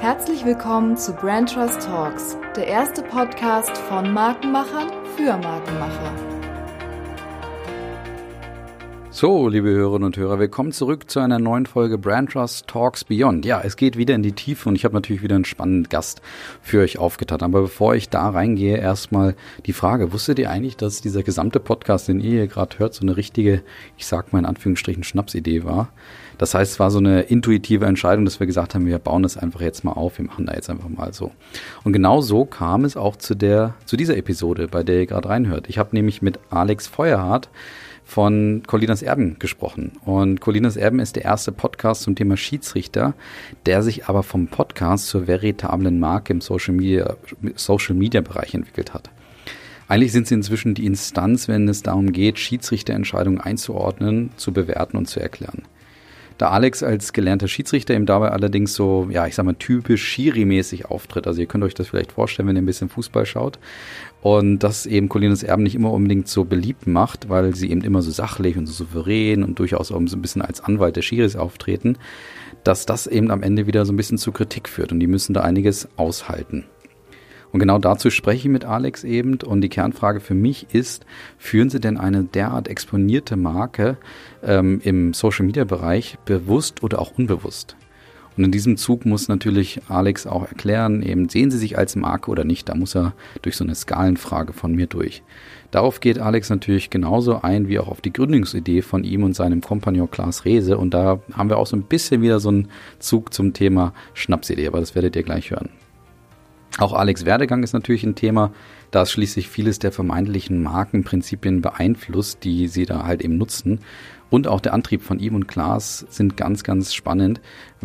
Herzlich willkommen zu Brand Trust Talks, der erste Podcast von Markenmachern für Markenmacher. So, liebe Hörerinnen und Hörer, willkommen zurück zu einer neuen Folge Brand Trust Talks Beyond. Ja, es geht wieder in die Tiefe und ich habe natürlich wieder einen spannenden Gast für euch aufgetan. Aber bevor ich da reingehe, erstmal die Frage, wusstet ihr eigentlich, dass dieser gesamte Podcast, den ihr hier gerade hört, so eine richtige, ich sag mal in Anführungsstrichen, Schnapsidee war? Das heißt, es war so eine intuitive Entscheidung, dass wir gesagt haben, wir bauen das einfach jetzt mal auf, wir machen da jetzt einfach mal so. Und genau so kam es auch zu dieser Episode, bei der ihr gerade reinhört. Ich habe nämlich mit Alex Feuerhardt von Colinas Erben gesprochen. Und Colinas Erben ist der erste Podcast zum Thema Schiedsrichter, der sich aber vom Podcast zur veritablen Marke im Social Media Bereich entwickelt hat. Eigentlich sind sie inzwischen die Instanz, wenn es darum geht, Schiedsrichterentscheidungen einzuordnen, zu bewerten und zu erklären. Da Alex als gelernter Schiedsrichter eben dabei allerdings so, ja, ich sag mal, typisch Schiri-mäßig auftritt. Also ihr könnt euch das vielleicht vorstellen, wenn ihr ein bisschen Fußball schaut. Und das eben Colinas Erben nicht immer unbedingt so beliebt macht, weil sie eben immer so sachlich und so souverän und durchaus auch so ein bisschen als Anwalt der Schiris auftreten, dass das eben am Ende wieder so ein bisschen zu Kritik führt. Und die müssen da einiges aushalten. Und genau dazu spreche ich mit Alex eben. Und die Kernfrage für mich ist, führen Sie denn eine derart exponierte Marke im Social-Media-Bereich bewusst oder auch unbewusst? Und in diesem Zug muss natürlich Alex auch erklären, eben sehen Sie sich als Marke oder nicht. Da muss er durch so eine Skalenfrage von mir durch. Darauf geht Alex natürlich genauso ein, wie auch auf die Gründungsidee von ihm und seinem Kompagnon Klaas Reese. Und da haben wir auch so ein bisschen wieder so einen Zug zum Thema Schnapsidee, aber das werdet ihr gleich hören. Auch Alex' Werdegang ist natürlich ein Thema, da es schließlich vieles der vermeintlichen Markenprinzipien beeinflusst, die sie da halt eben nutzen. Und auch der Antrieb von ihm und Klaas sind ganz, ganz spannend,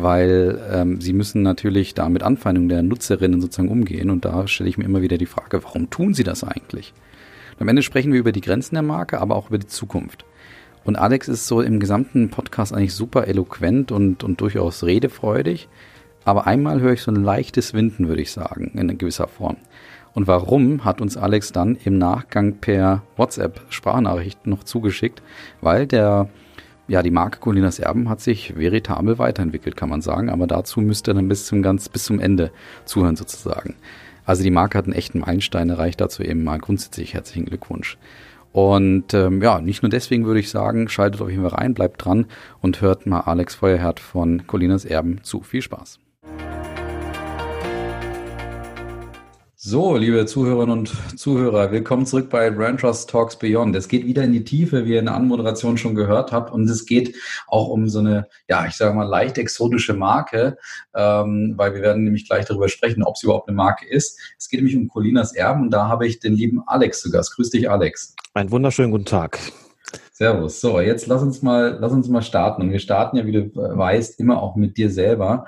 weil sie müssen natürlich da mit Anfeindungen der Nutzerinnen sozusagen umgehen. Und da stelle ich mir immer wieder die Frage, warum tun sie das eigentlich? Und am Ende sprechen wir über die Grenzen der Marke, aber auch über die Zukunft. Und Alex ist so im gesamten Podcast eigentlich super eloquent und durchaus redefreudig. Aber einmal höre ich so ein leichtes Winden, würde ich sagen, in gewisser Form. Und warum, hat uns Alex dann im Nachgang per WhatsApp-Sprachnachrichten noch zugeschickt, weil die Marke Colinas Erben hat sich veritabel weiterentwickelt, kann man sagen. Aber dazu müsst ihr dann bis zum Ende zuhören sozusagen. Also die Marke hat einen echten Meilenstein erreicht, dazu eben mal grundsätzlich herzlichen Glückwunsch. Und nicht nur deswegen würde ich sagen, schaltet auf jeden Fall rein, bleibt dran und hört mal Alex Feuerhardt von Colinas Erben zu. Viel Spaß! So, liebe Zuhörerinnen und Zuhörer, willkommen zurück bei Brand Trust Talks Beyond. Es geht wieder in die Tiefe, wie ihr in der Anmoderation schon gehört habt. Und es geht auch um so eine, ich sage mal, leicht exotische Marke, weil wir werden nämlich gleich darüber sprechen, ob es überhaupt eine Marke ist. Es geht nämlich um Colinas Erben und da habe ich den lieben Alex zu Gast. Grüß dich, Alex. Einen wunderschönen guten Tag. Servus. So, jetzt lass uns mal starten. Und wir starten ja, wie du weißt, immer auch mit dir selber,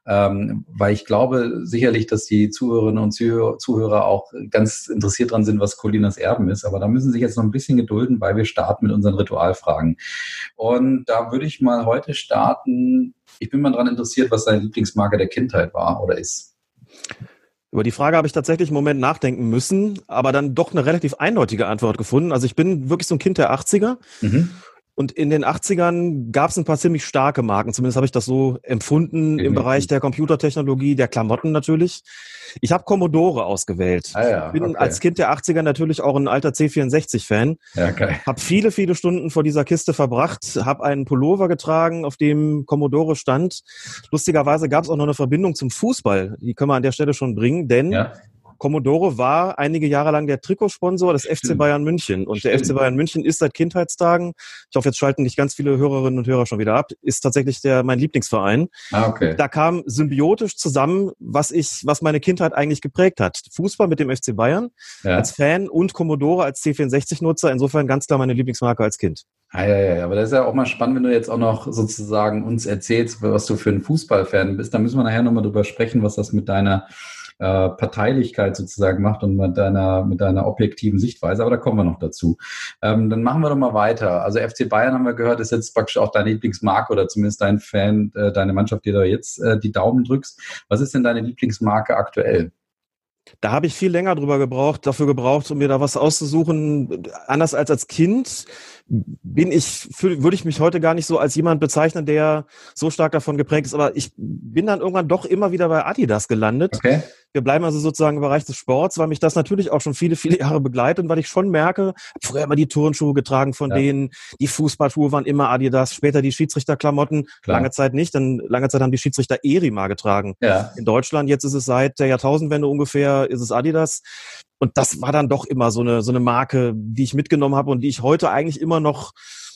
weil ich glaube sicherlich, dass die Zuhörerinnen und Zuhörer auch ganz interessiert dran sind, was Colinas Erben ist. Aber da müssen sie sich jetzt noch ein bisschen gedulden, weil wir starten mit unseren Ritualfragen. Und da würde ich mal heute starten. Ich bin mal daran interessiert, was deine Lieblingsmarke der Kindheit war oder ist. Über die Frage habe ich tatsächlich einen Moment nachdenken müssen, aber dann doch eine relativ eindeutige Antwort gefunden. Also ich bin wirklich so ein Kind der 80er. Und in den 80ern gab es ein paar ziemlich starke Marken. Zumindest habe ich das so empfunden im Bereich der Computertechnologie, der Klamotten natürlich. Ich habe Commodore ausgewählt. Ich bin als Kind der 80er natürlich auch ein alter C64-Fan. Ja, okay. Habe viele, viele Stunden vor dieser Kiste verbracht, habe einen Pullover getragen, auf dem Commodore stand. Lustigerweise gab es auch noch eine Verbindung zum Fußball. Die können wir an der Stelle schon bringen, denn Commodore war einige Jahre lang der Trikotsponsor des FC Bayern München. Und der FC Bayern München ist seit Kindheitstagen, ich hoffe, jetzt schalten nicht ganz viele Hörerinnen und Hörer schon wieder ab, ist tatsächlich mein Lieblingsverein. Da kam symbiotisch zusammen, was meine Kindheit eigentlich geprägt hat. Fußball mit dem FC Bayern als Fan und Commodore als C64-Nutzer. Insofern ganz klar meine Lieblingsmarke als Kind. Aber das ist ja auch mal spannend, wenn du jetzt auch noch sozusagen uns erzählst, was du für ein Fußballfan bist. Da müssen wir nachher nochmal drüber sprechen, was das mit deiner Parteilichkeit sozusagen macht und mit deiner objektiven Sichtweise, aber da kommen wir noch dazu. Dann machen wir doch mal weiter. Also FC Bayern haben wir gehört, ist jetzt praktisch auch deine Lieblingsmarke oder zumindest dein Fan, deine Mannschaft, die da jetzt die Daumen drückst. Was ist denn deine Lieblingsmarke aktuell? Da habe ich viel länger dafür gebraucht, um mir da was auszusuchen. Anders als Kind würde ich mich heute gar nicht so als jemand bezeichnen, der so stark davon geprägt ist, aber ich bin dann irgendwann doch immer wieder bei Adidas gelandet. Okay. Wir bleiben also sozusagen im Bereich des Sports, weil mich das natürlich auch schon viele, viele Jahre begleitet und weil ich schon merke, früher immer die Turnschuhe getragen von denen, die Fußballschuhe waren immer Adidas, später die Schiedsrichterklamotten, lange Zeit nicht, dann lange Zeit haben die Schiedsrichter Erima getragen. Ja. In Deutschland, jetzt ist es seit der Jahrtausendwende ungefähr, ist es Adidas. Und das war dann doch immer so eine Marke, die ich mitgenommen habe und die ich heute eigentlich immer noch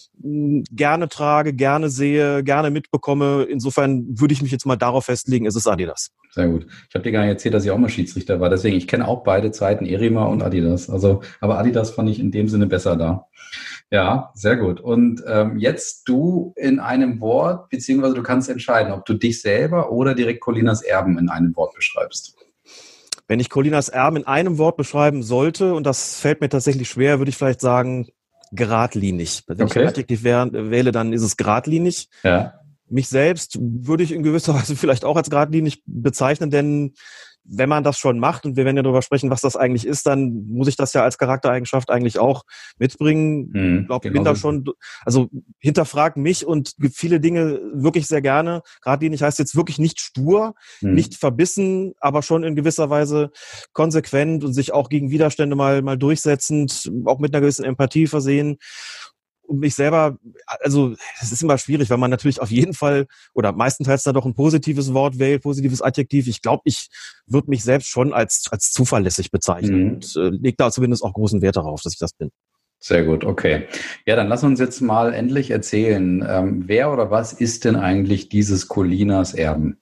gerne trage, gerne sehe, gerne mitbekomme. Insofern würde ich mich jetzt mal darauf festlegen, es ist Adidas. Sehr gut. Ich habe dir gar nicht erzählt, dass ich auch mal Schiedsrichter war. Deswegen, ich kenne auch beide Zeiten, Erima und Adidas. Also, aber Adidas fand ich in dem Sinne besser da. Ja, sehr gut. Und jetzt du in einem Wort, beziehungsweise du kannst entscheiden, ob du dich selber oder direkt Colinas Erben in einem Wort beschreibst. Wenn ich Colinas Erben in einem Wort beschreiben sollte, und das fällt mir tatsächlich schwer, würde ich vielleicht sagen, geradlinig. Wenn ich ein Adjektiv wähle, dann ist es geradlinig. Ja. Mich selbst würde ich in gewisser Weise vielleicht auch als geradlinig bezeichnen, denn wenn man das schon macht, und wir werden ja darüber sprechen, was das eigentlich ist, dann muss ich das ja als Charaktereigenschaft eigentlich auch mitbringen. Ich glaube, ich bin da schon, also hinterfrag mich und viele Dinge wirklich sehr gerne. Geradlinig heißt jetzt wirklich nicht stur, nicht verbissen, aber schon in gewisser Weise konsequent und sich auch gegen Widerstände mal durchsetzend, auch mit einer gewissen Empathie versehen. Und mich selber, also es ist immer schwierig, weil man natürlich auf jeden Fall oder meistenteils da doch ein positives Wort wählt, positives Adjektiv. Ich glaube, ich würde mich selbst schon als zuverlässig bezeichnen und lege da zumindest auch großen Wert darauf, dass ich das bin. Sehr gut, okay. Ja, dann lass uns jetzt mal endlich erzählen, wer oder was ist denn eigentlich dieses Colinas Erben?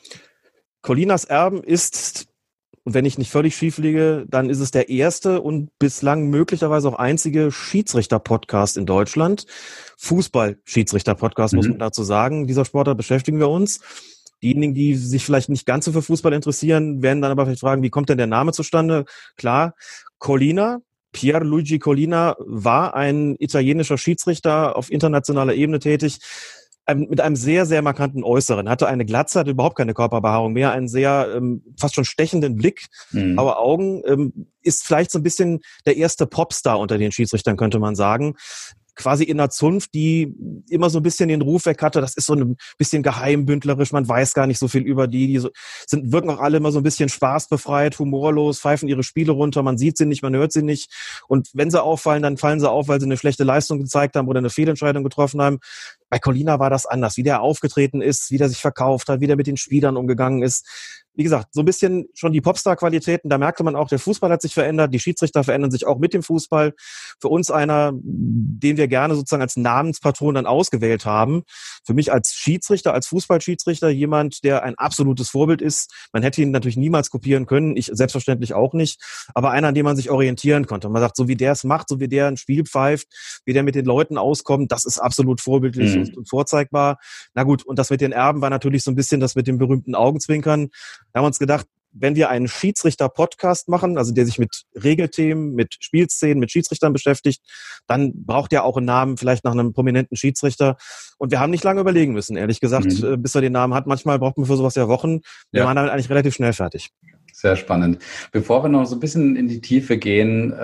Colinas Erben ist, und wenn ich nicht völlig schief liege, dann ist es der erste und bislang möglicherweise auch einzige Schiedsrichter-Podcast in Deutschland. Fußball-Schiedsrichter-Podcast, muss man dazu sagen. Dieser Sportart beschäftigen wir uns. Diejenigen, die sich vielleicht nicht ganz so für Fußball interessieren, werden dann aber vielleicht fragen, wie kommt denn der Name zustande? Klar, Collina, Pierluigi Collina war ein italienischer Schiedsrichter auf internationaler Ebene tätig, mit einem sehr, sehr markanten Äußeren. Hatte eine Glatze, hatte überhaupt keine Körperbehaarung mehr, einen sehr fast schon stechenden Blick, blaue Augen, ist vielleicht so ein bisschen der erste Popstar unter den Schiedsrichtern, könnte man sagen. Quasi in einer Zunft, die immer so ein bisschen den Ruf weg hatte, das ist so ein bisschen geheimbündlerisch, man weiß gar nicht so viel über die wirken auch alle immer so ein bisschen spaßbefreit, humorlos, pfeifen ihre Spiele runter, man sieht sie nicht, man hört sie nicht und wenn sie auffallen, dann fallen sie auf, weil sie eine schlechte Leistung gezeigt haben oder eine Fehlentscheidung getroffen haben. Bei Collina war das anders, wie der aufgetreten ist, wie der sich verkauft hat, wie der mit den Spielern umgegangen ist. Wie gesagt, so ein bisschen schon die Popstar-Qualitäten, da merkte man auch, der Fußball hat sich verändert, die Schiedsrichter verändern sich auch mit dem Fußball. Für uns einer, den wir gerne sozusagen als Namenspatron dann ausgewählt haben. Für mich als Schiedsrichter, als Fußballschiedsrichter jemand, der ein absolutes Vorbild ist. Man hätte ihn natürlich niemals kopieren können, ich selbstverständlich auch nicht, aber einer, an dem man sich orientieren konnte. Man sagt, so wie der es macht, so wie der ein Spiel pfeift, wie der mit den Leuten auskommt, das ist absolut vorbildlich und vorzeigbar. Na gut, und das mit den Erben war natürlich so ein bisschen das mit dem berühmten Augenzwinkern. Da haben wir uns gedacht, wenn wir einen Schiedsrichter-Podcast machen, also der sich mit Regelthemen, mit Spielszenen, mit Schiedsrichtern beschäftigt, dann braucht er auch einen Namen, vielleicht nach einem prominenten Schiedsrichter. Und wir haben nicht lange überlegen müssen, ehrlich gesagt, bis er den Namen hat. Manchmal braucht man für sowas ja Wochen. Wir waren damit eigentlich relativ schnell fertig. Sehr spannend. Bevor wir noch so ein bisschen in die Tiefe gehen,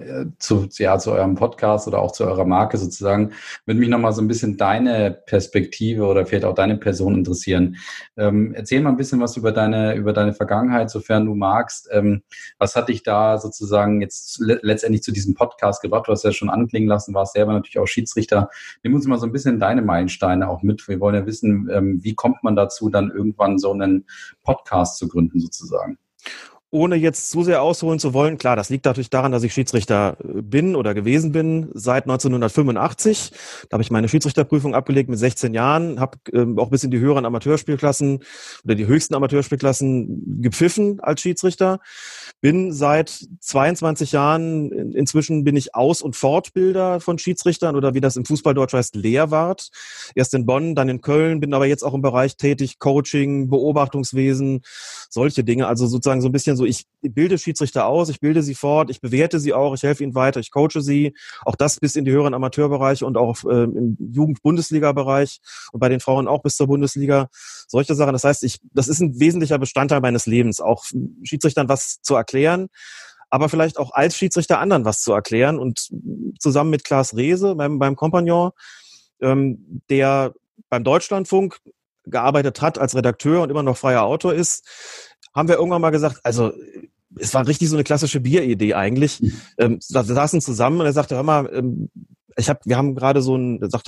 zu eurem Podcast oder auch zu eurer Marke sozusagen, würde mich noch mal so ein bisschen deine Perspektive oder vielleicht auch deine Person interessieren. Erzähl mal ein bisschen was über deine Vergangenheit, sofern du magst. Was hat dich da sozusagen jetzt letztendlich zu diesem Podcast gebracht? Du hast ja schon anklingen lassen, warst selber natürlich auch Schiedsrichter. Nimm uns mal so ein bisschen deine Meilensteine auch mit. Wir wollen ja wissen, wie kommt man dazu, dann irgendwann so einen Podcast zu gründen sozusagen? Ohne jetzt zu sehr ausholen zu wollen, klar, das liegt natürlich daran, dass ich Schiedsrichter bin oder gewesen bin seit 1985. Da habe ich meine Schiedsrichterprüfung abgelegt mit 16 Jahren, habe auch bis in die höheren Amateurspielklassen oder die höchsten Amateurspielklassen gepfiffen als Schiedsrichter. Bin seit 22 Jahren, inzwischen bin ich Aus- und Fortbilder von Schiedsrichtern oder wie das im Fußballdeutsch heißt, Lehrwart. Erst in Bonn, dann in Köln, bin aber jetzt auch im Bereich tätig, Coaching, Beobachtungswesen, solche Dinge. Also sozusagen so ein bisschen so, ich bilde Schiedsrichter aus, ich bilde sie fort, ich bewerte sie auch, ich helfe ihnen weiter, ich coache sie. Auch das bis in die höheren Amateurbereiche und auch im Jugend-Bundesliga-Bereich und bei den Frauen auch bis zur Bundesliga. Solche Sachen. Das heißt, das ist ein wesentlicher Bestandteil meines Lebens, auch Schiedsrichtern was zu erklären. aber vielleicht auch als Schiedsrichter anderen was zu erklären. Und zusammen mit Klaas Reese, meinem Kompagnon, der beim Deutschlandfunk gearbeitet hat als Redakteur und immer noch freier Autor ist, haben wir irgendwann mal gesagt, also es war richtig so eine klassische Bieridee eigentlich. Wir saßen zusammen und er sagte, hör mal, wir haben gerade so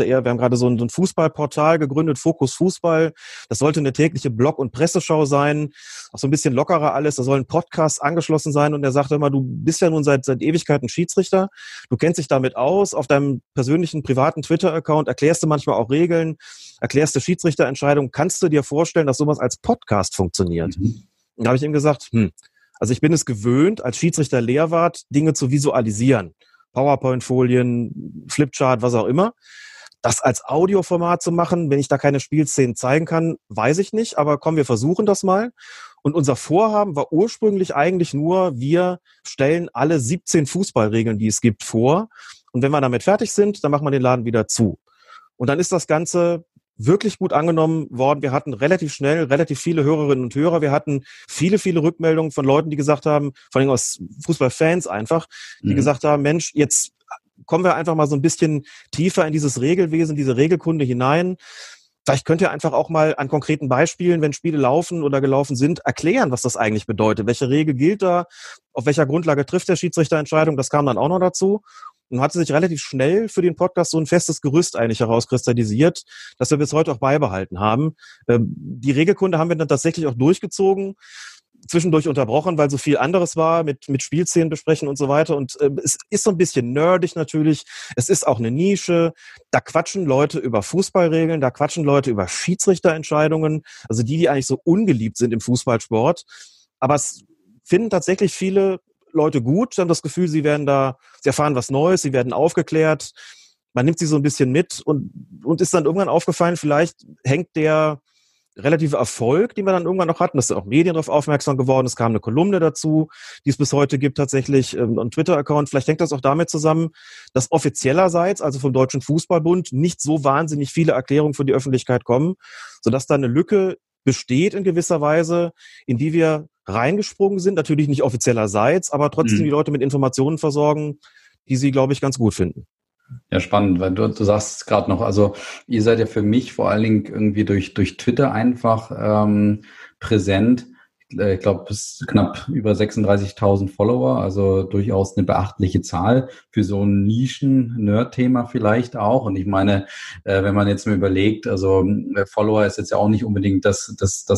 ein Fußballportal gegründet, Fokus Fußball. Das sollte eine tägliche Blog- und Presseschau sein, auch so ein bisschen lockerer alles. Da soll ein Podcast angeschlossen sein. Und er sagte immer, du bist ja nun seit Ewigkeiten Schiedsrichter. Du kennst dich damit aus. Auf deinem persönlichen, privaten Twitter-Account erklärst du manchmal auch Regeln, erklärst du Schiedsrichterentscheidungen. Kannst du dir vorstellen, dass sowas als Podcast funktioniert? Und da habe ich ihm gesagt, also ich bin es gewöhnt, als Schiedsrichter-Lehrwart Dinge zu visualisieren. PowerPoint-Folien, Flipchart, was auch immer. Das als Audioformat zu machen, wenn ich da keine Spielszenen zeigen kann, weiß ich nicht. Aber komm, wir versuchen das mal. Und unser Vorhaben war ursprünglich eigentlich nur, wir stellen alle 17 Fußballregeln, die es gibt, vor. Und wenn wir damit fertig sind, dann machen wir den Laden wieder zu. Und dann ist das Ganze wirklich gut angenommen worden. Wir hatten relativ schnell relativ viele Hörerinnen und Hörer. Wir hatten viele, viele Rückmeldungen von Leuten, die gesagt haben, vor allem aus Fußballfans einfach, die gesagt haben, Mensch, jetzt kommen wir einfach mal so ein bisschen tiefer in dieses Regelwesen, diese Regelkunde hinein. Vielleicht könnt ihr einfach auch mal an konkreten Beispielen, wenn Spiele laufen oder gelaufen sind, erklären, was das eigentlich bedeutet. Welche Regel gilt da? Auf welcher Grundlage trifft der Schiedsrichter Entscheidung? Das kam dann auch noch dazu. Und hatte sich relativ schnell für den Podcast so ein festes Gerüst eigentlich herauskristallisiert, das wir bis heute auch beibehalten haben. Die Regelkunde haben wir dann tatsächlich auch durchgezogen, zwischendurch unterbrochen, weil so viel anderes war, mit Spielszenen besprechen und so weiter. Und es ist so ein bisschen nerdig natürlich. Es ist auch eine Nische. Da quatschen Leute über Fußballregeln, da quatschen Leute über Schiedsrichterentscheidungen, also die eigentlich so ungeliebt sind im Fußballsport. Aber es finden tatsächlich viele Leute gut, haben das Gefühl, sie erfahren was Neues, sie werden aufgeklärt, man nimmt sie so ein bisschen mit und ist dann irgendwann aufgefallen, vielleicht hängt der relative Erfolg, den wir dann irgendwann noch hatten, dass auch Medien darauf aufmerksam geworden, es kam eine Kolumne dazu, die es bis heute gibt tatsächlich, ein Twitter-Account, vielleicht hängt das auch damit zusammen, dass offiziellerseits, also vom Deutschen Fußballbund, nicht so wahnsinnig viele Erklärungen für die Öffentlichkeit kommen, sodass da eine Lücke besteht in gewisser Weise, in die wir reingesprungen sind, natürlich nicht offiziellerseits, aber trotzdem die Leute mit Informationen versorgen, die sie, glaube ich, ganz gut finden. Ja, spannend, weil du sagst gerade noch, also ihr seid ja für mich vor allen Dingen irgendwie durch Twitter einfach präsent. Ich glaube, bis knapp über 36.000 Follower, also durchaus eine beachtliche Zahl für so ein Nischen-Nerd-Thema vielleicht auch. Und ich meine, wenn man jetzt mal überlegt, also Follower ist jetzt ja auch nicht unbedingt das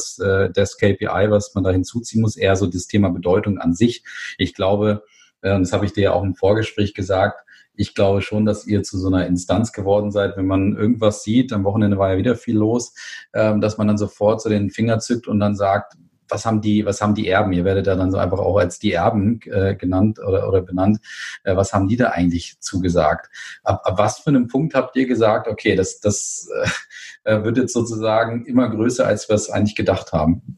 KPI, was man da hinzuziehen muss, eher so das Thema Bedeutung an sich. Ich glaube, das habe ich dir ja auch im Vorgespräch gesagt, ich glaube schon, dass ihr zu so einer Instanz geworden seid, wenn man irgendwas sieht, am Wochenende war ja wieder viel los, dass man dann sofort so den Finger zückt und dann sagt, was haben die Erben? Ihr werdet ja dann so einfach auch als die Erben genannt oder benannt. Was haben die da eigentlich zugesagt? Ab was für einem Punkt habt ihr gesagt, okay, das wird jetzt sozusagen immer größer, als wir es eigentlich gedacht haben?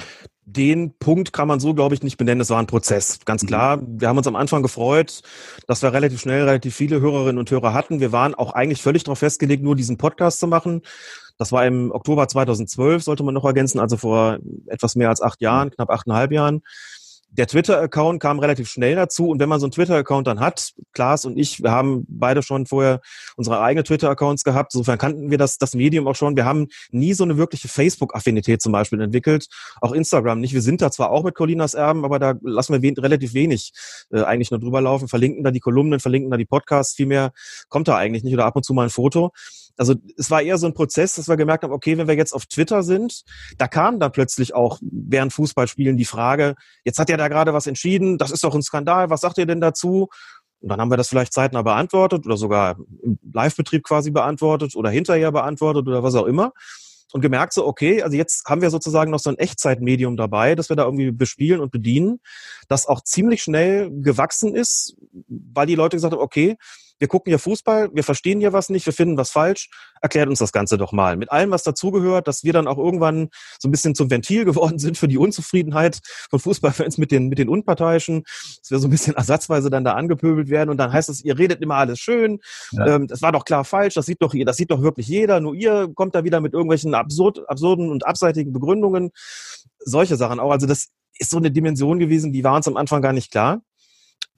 Den Punkt kann man so, glaube ich, nicht benennen. Es war ein Prozess, ganz klar. Wir haben uns am Anfang gefreut, dass wir relativ schnell relativ viele Hörerinnen und Hörer hatten. Wir waren auch eigentlich völlig darauf festgelegt, nur diesen Podcast zu machen. Das war im Oktober 2012, sollte man noch ergänzen, also vor etwas mehr als 8 Jahren, knapp 8,5 Jahren. Der Twitter-Account kam relativ schnell dazu und wenn man so einen Twitter-Account dann hat, Klaas und ich, wir haben beide schon vorher unsere eigenen Twitter-Accounts gehabt, insofern kannten wir das Medium auch schon. Wir haben nie so eine wirkliche Facebook-Affinität zum Beispiel entwickelt, auch Instagram nicht. Wir sind da zwar auch mit Colinas Erben, aber da lassen wir relativ wenig eigentlich nur drüber laufen, verlinken da die Kolumnen, verlinken da die Podcasts, viel mehr kommt da eigentlich nicht oder ab und zu mal ein Foto. Also es war eher so ein Prozess, dass wir gemerkt haben, okay, wenn wir jetzt auf Twitter sind, da kam dann plötzlich auch während Fußballspielen die Frage, jetzt hat ja da gerade was entschieden, das ist doch ein Skandal, was sagt ihr denn dazu? Und dann haben wir das vielleicht zeitnah beantwortet oder sogar im Live-Betrieb quasi beantwortet oder hinterher beantwortet oder was auch immer. Und gemerkt so, okay, also jetzt haben wir sozusagen noch so ein Echtzeitmedium dabei, das wir da irgendwie bespielen und bedienen, das auch ziemlich schnell gewachsen ist, weil die Leute gesagt haben, okay, wir gucken hier Fußball, wir verstehen hier was nicht, wir finden was falsch, erklärt uns das Ganze doch mal. Mit allem, was dazugehört, dass wir dann auch irgendwann so ein bisschen zum Ventil geworden sind für die Unzufriedenheit von Fußballfans mit den Unparteiischen, dass wir so ein bisschen ersatzweise dann da angepöbelt werden und dann heißt es, ihr redet immer alles schön, das war doch klar falsch, das sieht doch wirklich jeder, nur ihr kommt da wieder mit irgendwelchen absurden und abseitigen Begründungen, solche Sachen auch. Also das ist so eine Dimension gewesen, die war uns am Anfang gar nicht klar.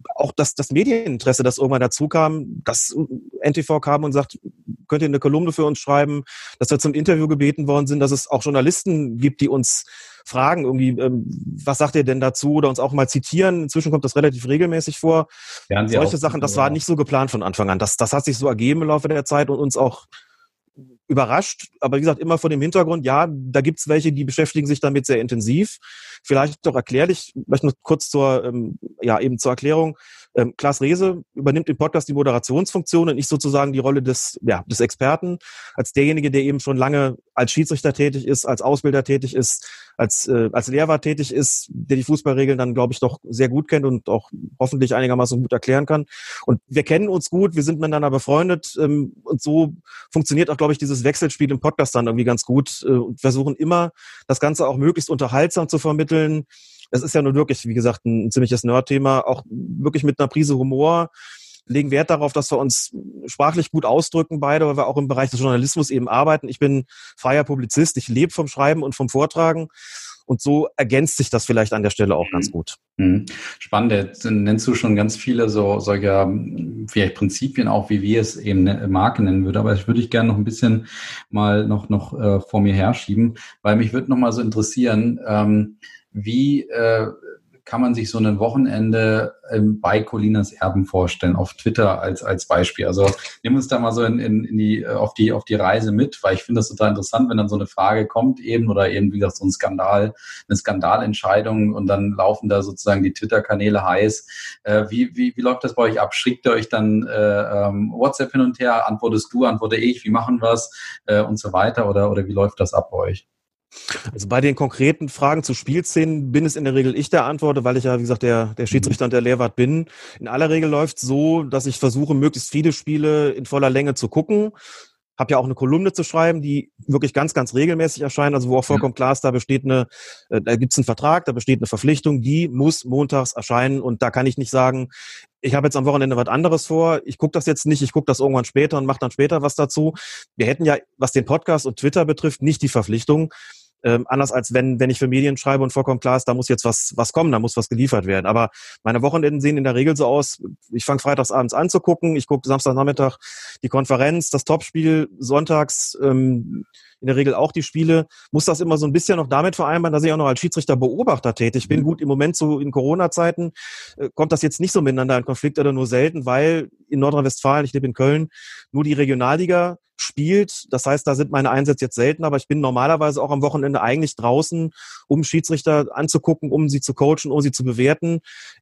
auch das Medieninteresse, das irgendwann dazu kam, dass NTV kam und sagt, könnt ihr eine Kolumne für uns schreiben, dass wir zum Interview gebeten worden sind, dass es auch Journalisten gibt, die uns fragen, irgendwie, was sagt ihr denn dazu oder uns auch mal zitieren. Inzwischen kommt das relativ regelmäßig vor. Solche Sachen, das war nicht so geplant von Anfang an. Das hat sich so ergeben im Laufe der Zeit und uns auch überrascht, aber wie gesagt, immer vor dem Hintergrund, ja, da gibt's welche, die beschäftigen sich damit sehr intensiv. Vielleicht doch erklärlich, vielleicht noch kurz zur Erklärung. Klaas Rehse übernimmt im Podcast die Moderationsfunktion und ich sozusagen die Rolle des Experten, als derjenige, der eben schon lange als Schiedsrichter tätig ist, als Ausbilder tätig ist, als Lehrwart tätig ist, der die Fußballregeln dann, glaube ich, doch sehr gut kennt und auch hoffentlich einigermaßen gut erklären kann. Und wir kennen uns gut, wir sind miteinander befreundet und so funktioniert auch, glaube ich, dieses Wechselspiel im Podcast dann irgendwie ganz gut und versuchen immer, das Ganze auch möglichst unterhaltsam zu vermitteln. Es ist ja nur wirklich, wie gesagt, ein ziemliches Nerd-Thema, auch wirklich mit einer Prise Humor, legen Wert darauf, dass wir uns sprachlich gut ausdrücken beide, weil wir auch im Bereich des Journalismus eben arbeiten. Ich bin freier Publizist, ich lebe vom Schreiben und vom Vortragen und so ergänzt sich das vielleicht an der Stelle auch ganz gut. Spannend, jetzt nennst du schon ganz viele solcher vielleicht Prinzipien auch, wie wir es eben Marke nennen würden, aber ich würde gerne noch ein bisschen mal noch vor mir herschieben, weil mich würde noch mal so interessieren, wie kann man sich so ein Wochenende bei Colinas Erben vorstellen, auf Twitter als Beispiel. Also nimm uns da mal so auf die Reise mit, weil ich finde das total interessant, wenn dann so eine Frage kommt eben oder eben, wie gesagt, so eine Skandalentscheidung und dann laufen da sozusagen die Twitter-Kanäle heiß. Wie läuft das bei euch ab? Schickt ihr euch dann WhatsApp hin und her? Antwortest du, antworte ich? Wie machen wir es? Und so weiter? Oder wie läuft das ab bei euch? Also bei den konkreten Fragen zu Spielszenen bin es in der Regel ich, der antworte, weil ich ja, wie gesagt, der Schiedsrichter und der Lehrwart bin. In aller Regel läuft es so, dass ich versuche, möglichst viele Spiele in voller Länge zu gucken. Habe ja auch eine Kolumne zu schreiben, die wirklich ganz, ganz regelmäßig erscheint, also wo auch vollkommen klar ist, da gibt's einen Vertrag, da besteht eine Verpflichtung, die muss montags erscheinen und da kann ich nicht sagen, ich habe jetzt am Wochenende was anderes vor, ich gucke das jetzt nicht, ich gucke das irgendwann später und mache dann später was dazu. Wir hätten ja, was den Podcast und Twitter betrifft, nicht die Verpflichtung, anders als wenn ich für Medien schreibe und vollkommen klar ist, da muss jetzt was kommen, da muss was geliefert werden. Aber meine Wochenenden sehen in der Regel so aus, ich fange freitags abends an zu gucken, ich gucke Samstagnachmittag die Konferenz, das Topspiel, sonntags in der Regel auch die Spiele, muss das immer so ein bisschen noch damit vereinbaren, dass ich auch noch als Schiedsrichter Beobachter tätig bin. Gut, im Moment so in Corona-Zeiten kommt das jetzt nicht so miteinander in Konflikt oder nur selten, weil in Nordrhein-Westfalen, ich lebe in Köln, nur die Regionalliga spielt. Das heißt, da sind meine Einsätze jetzt selten, aber ich bin normalerweise auch am Wochenende eigentlich draußen, um Schiedsrichter anzugucken, um sie zu coachen, um sie zu bewerten.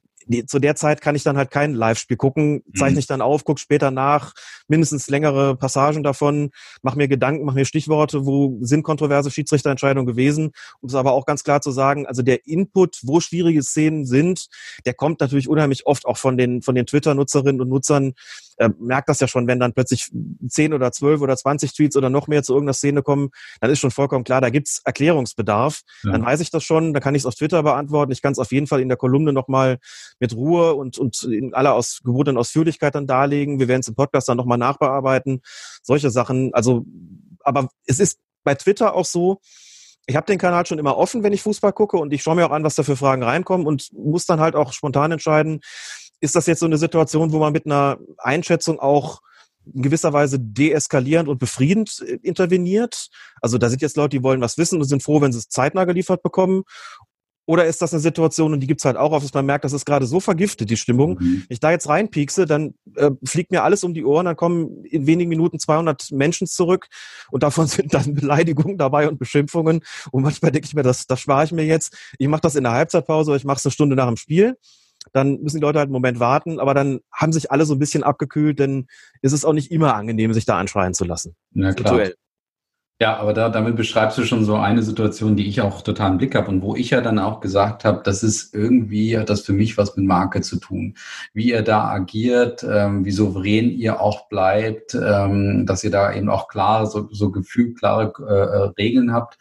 Zu der Zeit kann ich dann halt kein Live-Spiel gucken, zeichne ich dann auf, gucke später nach, mindestens längere Passagen davon, mache mir Gedanken, mache mir Stichworte, wo sind kontroverse Schiedsrichterentscheidungen gewesen, um es aber auch ganz klar zu sagen, also der Input, wo schwierige Szenen sind, der kommt natürlich unheimlich oft auch von den Twitter-Nutzerinnen und Nutzern, merkt das ja schon, wenn dann plötzlich 10 oder 12 oder 20 Tweets oder noch mehr zu irgendeiner Szene kommen, dann ist schon vollkommen klar, da gibt's Erklärungsbedarf. Ja. Dann weiß ich das schon, da kann ich es auf Twitter beantworten. Ich kann es auf jeden Fall in der Kolumne nochmal mit Ruhe und in aller gebotenen Ausführlichkeit dann darlegen. Wir werden es im Podcast dann nochmal nachbearbeiten. Solche Sachen. Also, aber es ist bei Twitter auch so, ich habe den Kanal schon immer offen, wenn ich Fußball gucke und ich schaue mir auch an, was da für Fragen reinkommen und muss dann halt auch spontan entscheiden, ist das jetzt so eine Situation, wo man mit einer Einschätzung auch in gewisser Weise deeskalierend und befriedend interveniert? Also da sind jetzt Leute, die wollen was wissen und sind froh, wenn sie es zeitnah geliefert bekommen. Oder ist das eine Situation, und die gibt's halt auch oft, dass man merkt, das ist gerade so vergiftet, die Stimmung. Wenn ich da jetzt reinpiekse, dann fliegt mir alles um die Ohren, dann kommen in wenigen Minuten 200 Menschen zurück und davon sind dann Beleidigungen dabei und Beschimpfungen. Und manchmal denke ich mir, das spare ich mir jetzt. Ich mache das in der Halbzeitpause oder ich mache es eine Stunde nach dem Spiel. Dann müssen die Leute halt einen Moment warten, aber dann haben sich alle so ein bisschen abgekühlt, denn es ist auch nicht immer angenehm, sich da anschreien zu lassen. Ja, klar. Virtuell. Ja, aber damit beschreibst du schon so eine Situation, die ich auch total im Blick habe und wo ich ja dann auch gesagt habe, das ist irgendwie, hat das für mich was mit Marke zu tun. Wie ihr da agiert, wie souverän ihr auch bleibt, dass ihr da eben auch klar, so gefühlt klare Regeln habt,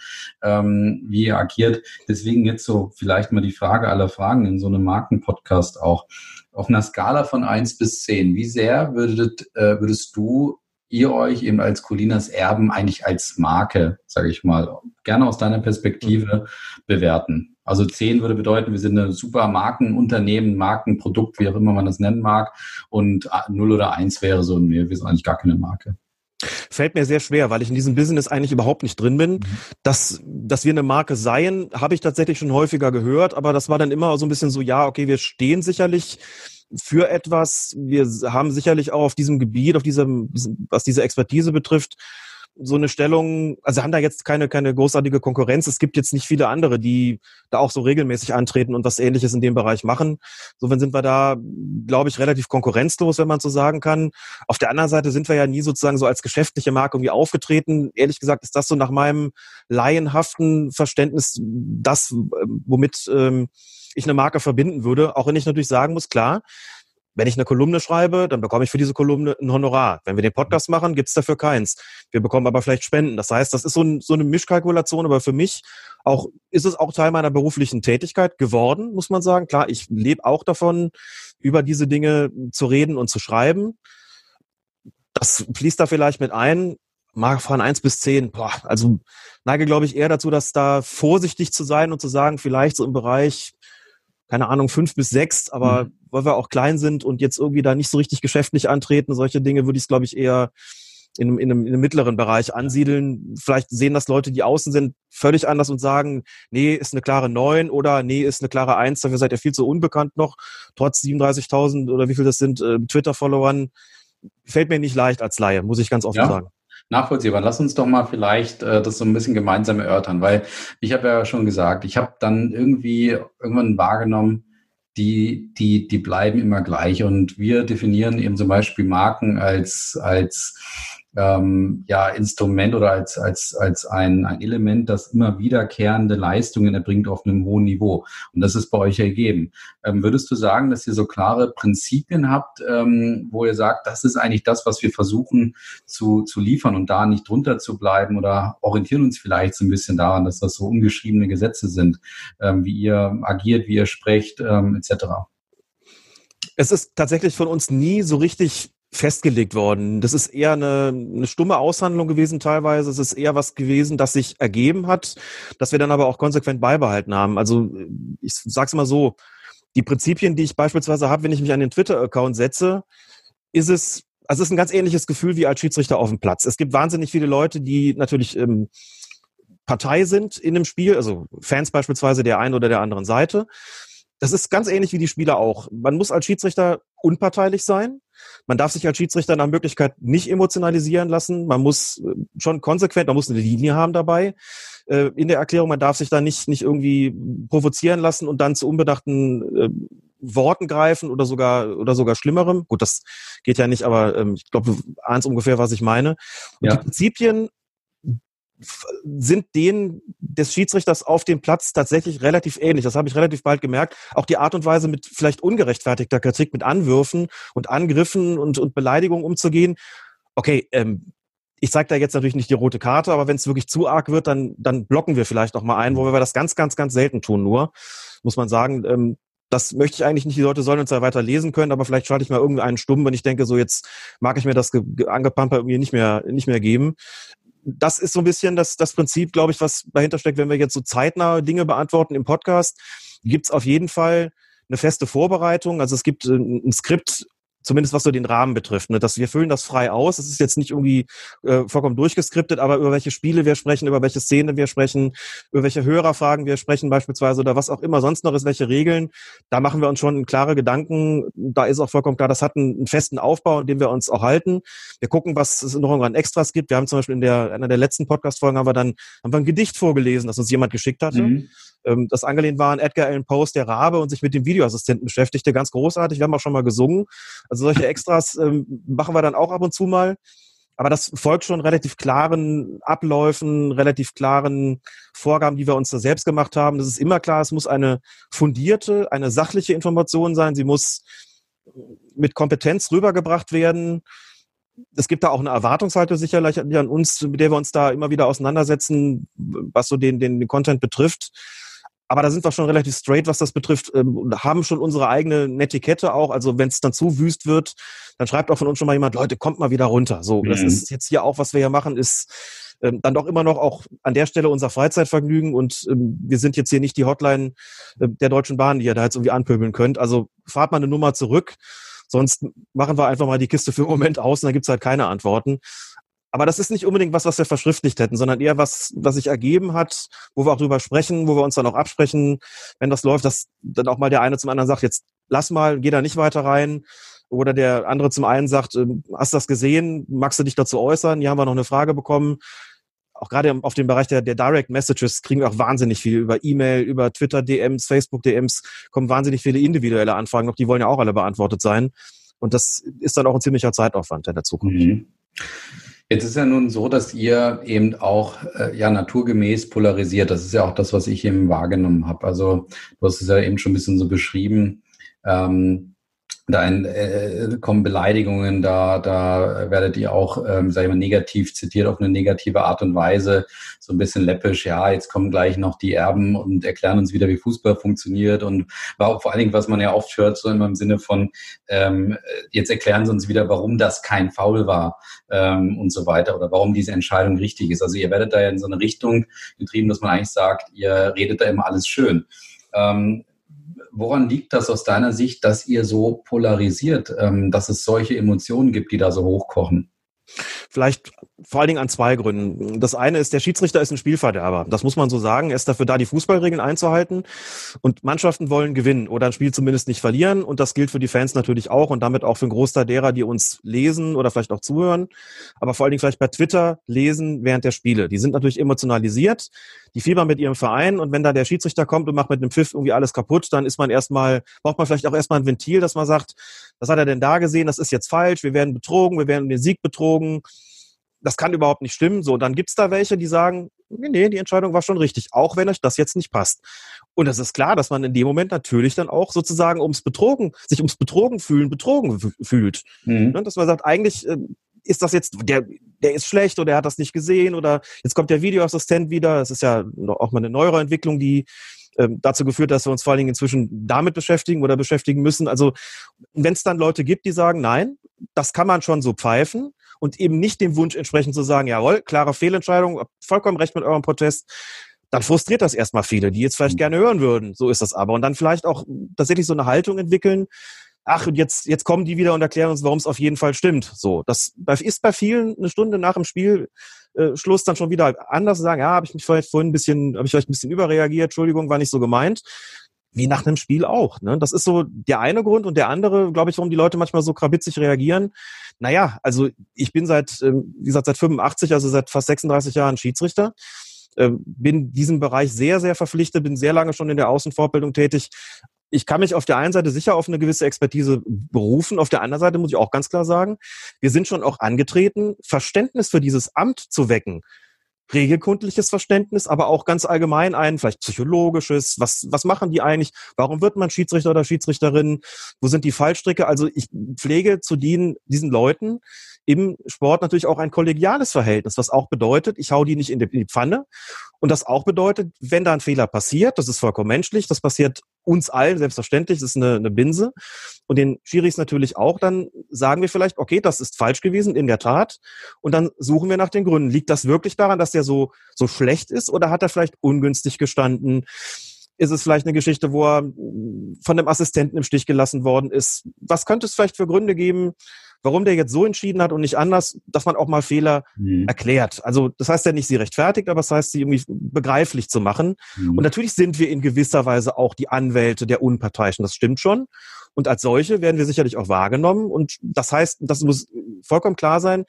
wie ihr agiert. Deswegen jetzt so vielleicht mal die Frage aller Fragen in so einem Markenpodcast auch. Auf einer Skala von 1 bis 10, wie sehr würdest du ihr euch eben als Colinas Erben eigentlich als Marke, sage ich mal, gerne aus deiner Perspektive bewerten? Also 10 würde bedeuten, wir sind ein super Markenunternehmen, Markenprodukt, wie auch immer man das nennen mag. Und 0 oder 1 wäre so, nee, wir sind eigentlich gar keine Marke. Fällt mir sehr schwer, weil ich in diesem Business eigentlich überhaupt nicht drin bin. Dass wir eine Marke seien, habe ich tatsächlich schon häufiger gehört, aber das war dann immer so ein bisschen so, ja, okay, wir stehen sicherlich für etwas, wir haben sicherlich auch auf diesem Gebiet, was diese Expertise betrifft, so eine Stellung, also haben da jetzt keine großartige Konkurrenz. Es gibt jetzt nicht viele andere, die da auch so regelmäßig antreten und was Ähnliches in dem Bereich machen. Insofern sind wir da, glaube ich, relativ konkurrenzlos, wenn man so sagen kann. Auf der anderen Seite sind wir ja nie sozusagen so als geschäftliche Marke irgendwie aufgetreten. Ehrlich gesagt ist das so nach meinem laienhaften Verständnis das, womit ich eine Marke verbinden würde. Auch wenn ich natürlich sagen muss, klar, wenn ich eine Kolumne schreibe, dann bekomme ich für diese Kolumne ein Honorar. Wenn wir den Podcast machen, gibt's dafür keins. Wir bekommen aber vielleicht Spenden. Das heißt, das ist so eine Mischkalkulation, aber für mich ist es auch Teil meiner beruflichen Tätigkeit geworden, muss man sagen. Klar, ich lebe auch davon, über diese Dinge zu reden und zu schreiben. Das fließt da vielleicht mit ein. Marke von 1 bis 10. Also neige, glaube ich, eher dazu, dass da vorsichtig zu sein und zu sagen, vielleicht so im Bereich, keine Ahnung, 5 bis 6, aber weil wir auch klein sind und jetzt irgendwie da nicht so richtig geschäftlich antreten, solche Dinge würde ich es, glaube ich, eher in einem mittleren Bereich ansiedeln. Vielleicht sehen das Leute, die außen sind, völlig anders und sagen, nee, ist eine klare 9 oder nee, ist eine klare 1, dafür seid ihr viel zu unbekannt noch, trotz 37.000 oder wie viel das sind, Twitter-Followern. Fällt mir nicht leicht als Laie, muss ich ganz offen sagen. Nachvollziehbar. Lass uns doch mal vielleicht das so ein bisschen gemeinsam erörtern, weil ich habe ja schon gesagt, ich habe dann irgendwann wahrgenommen, die bleiben immer gleich und wir definieren eben zum Beispiel Marken als Instrument oder als ein Element, das immer wiederkehrende Leistungen erbringt auf einem hohen Niveau. Und das ist bei euch ergeben. Würdest du sagen, dass ihr so klare Prinzipien habt, wo ihr sagt, das ist eigentlich das, was wir versuchen zu liefern und da nicht drunter zu bleiben oder orientieren uns vielleicht so ein bisschen daran, dass das so ungeschriebene Gesetze sind, wie ihr agiert, wie ihr sprecht, etc.? Es ist tatsächlich von uns nie so richtig festgelegt worden. Das ist eher eine stumme Aushandlung gewesen teilweise. Es ist eher was gewesen, das sich ergeben hat, das wir dann aber auch konsequent beibehalten haben. Also ich sag's mal so, die Prinzipien, die ich beispielsweise habe, wenn ich mich an den Twitter-Account setze, ist ein ganz ähnliches Gefühl wie als Schiedsrichter auf dem Platz. Es gibt wahnsinnig viele Leute, die natürlich Partei sind in dem Spiel, also Fans beispielsweise der einen oder der anderen Seite. Das ist ganz ähnlich wie die Spieler auch. Man muss als Schiedsrichter unparteilich sein. Man darf sich als Schiedsrichter nach Möglichkeit nicht emotionalisieren lassen. Man muss schon konsequent, man muss eine Linie haben dabei in der Erklärung. Man darf sich da nicht irgendwie provozieren lassen und dann zu unbedachten Worten greifen oder sogar Schlimmerem. Gut, das geht ja nicht, aber ich glaube, du ahnst ungefähr, was ich meine. Und die Prinzipien sind denen des Schiedsrichters auf dem Platz tatsächlich relativ ähnlich. Das habe ich relativ bald gemerkt. Auch die Art und Weise, mit vielleicht ungerechtfertigter Kritik, mit Anwürfen und Angriffen und Beleidigungen umzugehen. Okay, ich zeige da jetzt natürlich nicht die rote Karte, aber wenn es wirklich zu arg wird, dann blocken wir vielleicht noch mal ein, wo wir das ganz, ganz, ganz selten tun nur, muss man sagen. Das möchte ich eigentlich nicht. Die Leute sollen uns ja weiter lesen können, aber vielleicht schalte ich mal irgendeinen stumm, wenn ich denke, so jetzt mag ich mir das Angepamper irgendwie nicht mehr geben. Das ist so ein bisschen das Prinzip, glaube ich, was dahinter steckt. Wenn wir jetzt so zeitnah Dinge beantworten im Podcast, gibt es auf jeden Fall eine feste Vorbereitung. Also es gibt ein Skript, zumindest was so den Rahmen betrifft. Ne? Wir füllen das frei aus. Es ist jetzt nicht irgendwie vollkommen durchgeskriptet, aber über welche Spiele wir sprechen, über welche Szenen wir sprechen, über welche Hörerfragen wir sprechen beispielsweise oder was auch immer sonst noch ist, welche Regeln. Da machen wir uns schon klare Gedanken. Da ist auch vollkommen klar, das hat einen festen Aufbau, an dem wir uns auch halten. Wir gucken, was es noch an Extras gibt. Wir haben zum Beispiel in einer der letzten Podcast-Folgen haben wir ein Gedicht vorgelesen, das uns jemand geschickt hatte. Das angelehnt war an Edgar Allan Poes Der Rabe und sich mit dem Videoassistenten beschäftigte. Ganz großartig. Wir haben auch schon mal gesungen. Also solche Extras machen wir dann auch ab und zu mal. Aber das folgt schon relativ klaren Abläufen, relativ klaren Vorgaben, die wir uns da selbst gemacht haben. Das ist immer klar, es muss eine fundierte, eine sachliche Information sein. Sie muss mit Kompetenz rübergebracht werden. Es gibt da auch eine Erwartungshaltung sicherlich an uns, mit der wir uns da immer wieder auseinandersetzen, was so den Content betrifft. Aber da sind wir schon relativ straight, was das betrifft, und haben schon unsere eigene Netiquette auch. Also wenn es dann zu wüst wird, dann schreibt auch von uns schon mal jemand, Leute, kommt mal wieder runter. So, das ist jetzt hier auch, was wir hier machen, ist dann doch immer noch auch an der Stelle unser Freizeitvergnügen und wir sind jetzt hier nicht die Hotline der Deutschen Bahn, die ihr da jetzt irgendwie anpöbeln könnt. Also fahrt mal eine Nummer zurück, sonst machen wir einfach mal die Kiste für den Moment aus und dann gibt's halt keine Antworten. Aber das ist nicht unbedingt was wir verschriftlicht hätten, sondern eher was sich ergeben hat, wo wir auch drüber sprechen, wo wir uns dann auch absprechen, wenn das läuft, dass dann auch mal der eine zum anderen sagt, jetzt lass mal, geh da nicht weiter rein. Oder der andere zum einen sagt, hast du das gesehen, magst du dich dazu äußern? Hier haben wir noch eine Frage bekommen. Auch gerade auf dem Bereich der Direct Messages kriegen wir auch wahnsinnig viel über E-Mail, über Twitter-DMs, Facebook-DMs, kommen wahnsinnig viele individuelle Anfragen noch, die wollen ja auch alle beantwortet sein. Und das ist dann auch ein ziemlicher Zeitaufwand, der dazu kommt. Jetzt ist ja nun so, dass ihr eben auch naturgemäß polarisiert. Das ist ja auch das, was ich eben wahrgenommen habe. Also du hast es ja eben schon ein bisschen so beschrieben. Da kommen Beleidigungen, da werdet ihr auch, sag ich mal, negativ zitiert auf eine negative Art und Weise, so ein bisschen läppisch, ja, jetzt kommen gleich noch die Erben und erklären uns wieder, wie Fußball funktioniert und vor allen Dingen, was man ja oft hört, so immer im Sinne von, jetzt erklären sie uns wieder, warum das kein Foul war und so weiter oder warum diese Entscheidung richtig ist. Also ihr werdet da ja in so eine Richtung getrieben, dass man eigentlich sagt, ihr redet da immer alles schön. Woran liegt das aus deiner Sicht, dass ihr so polarisiert, dass es solche Emotionen gibt, die da so hochkochen? Vielleicht vor allen Dingen an zwei Gründen. Das eine ist, der Schiedsrichter ist ein Spielverderber. Das muss man so sagen. Er ist dafür da, die Fußballregeln einzuhalten. Und Mannschaften wollen gewinnen oder ein Spiel zumindest nicht verlieren. Und das gilt für die Fans natürlich auch und damit auch für einen Großteil derer, die uns lesen oder vielleicht auch zuhören. Aber vor allen Dingen vielleicht bei Twitter lesen während der Spiele. Die sind natürlich emotionalisiert. Die fiebern mit ihrem Verein. Und wenn da der Schiedsrichter kommt und macht mit einem Pfiff irgendwie alles kaputt, dann ist man braucht man vielleicht auch erstmal ein Ventil, dass man sagt, was hat er denn da gesehen? Das ist jetzt falsch. Wir werden betrogen. Wir werden um den Sieg betrogen. Das kann überhaupt nicht stimmen. So, dann gibt's da welche, die sagen, nee, die Entscheidung war schon richtig, auch wenn euch das jetzt nicht passt. Und es ist klar, dass man in dem Moment natürlich dann auch sozusagen sich ums Betrogen fühlt. Dass man sagt, eigentlich ist das jetzt, der ist schlecht oder er hat das nicht gesehen oder jetzt kommt der Videoassistent wieder. Das ist ja auch mal eine neuere Entwicklung, die dazu geführt, dass wir uns vor allen Dingen inzwischen damit beschäftigen müssen. Also wenn es dann Leute gibt, die sagen, nein, das kann man schon so pfeifen und eben nicht dem Wunsch entsprechend zu sagen, jawohl, klare Fehlentscheidung, vollkommen recht mit eurem Protest, dann frustriert das erstmal viele, die jetzt vielleicht gerne hören würden. So ist das aber. Und dann vielleicht auch tatsächlich so eine Haltung entwickeln, ach, und jetzt kommen die wieder und erklären uns, warum es auf jeden Fall stimmt. So, das ist bei vielen eine Stunde nach dem Spiel Schluss dann schon wieder anders sagen, ja, habe ich vielleicht ein bisschen überreagiert, Entschuldigung, war nicht so gemeint. Wie nach einem Spiel auch. Ne? Das ist so der eine Grund und der andere, glaube ich, warum die Leute manchmal so krabitzig reagieren. Naja, also ich bin seit 85, also seit fast 36 Jahren Schiedsrichter. Bin diesem Bereich sehr, sehr verpflichtet, bin sehr lange schon in der Außenfortbildung tätig. Ich kann mich auf der einen Seite sicher auf eine gewisse Expertise berufen. Auf der anderen Seite muss ich auch ganz klar sagen, wir sind schon auch angetreten, Verständnis für dieses Amt zu wecken. Regelkundliches Verständnis, aber auch ganz allgemein vielleicht psychologisches. Was machen die eigentlich? Warum wird man Schiedsrichter oder Schiedsrichterin? Wo sind die Fallstricke? Also ich pflege zu diesen Leuten im Sport natürlich auch ein kollegiales Verhältnis, was auch bedeutet, ich hau die nicht in die Pfanne. Und das auch bedeutet, wenn da ein Fehler passiert, das ist vollkommen menschlich, das passiert uns allen, selbstverständlich, das ist eine Binse. Und den Schiris natürlich auch, dann sagen wir vielleicht, okay, das ist falsch gewesen, in der Tat. Und dann suchen wir nach den Gründen. Liegt das wirklich daran, dass der so schlecht ist oder hat er vielleicht ungünstig gestanden? Ist es vielleicht eine Geschichte, wo er von dem Assistenten im Stich gelassen worden ist? Was könnte es vielleicht für Gründe geben, warum der jetzt so entschieden hat und nicht anders, dass man auch mal Fehler erklärt? Also das heißt ja nicht, sie rechtfertigt, aber das heißt, sie irgendwie begreiflich zu machen. Und natürlich sind wir in gewisser Weise auch die Anwälte der Unparteiischen, das stimmt schon. Und als solche werden wir sicherlich auch wahrgenommen. Und das heißt, das muss vollkommen klar sein,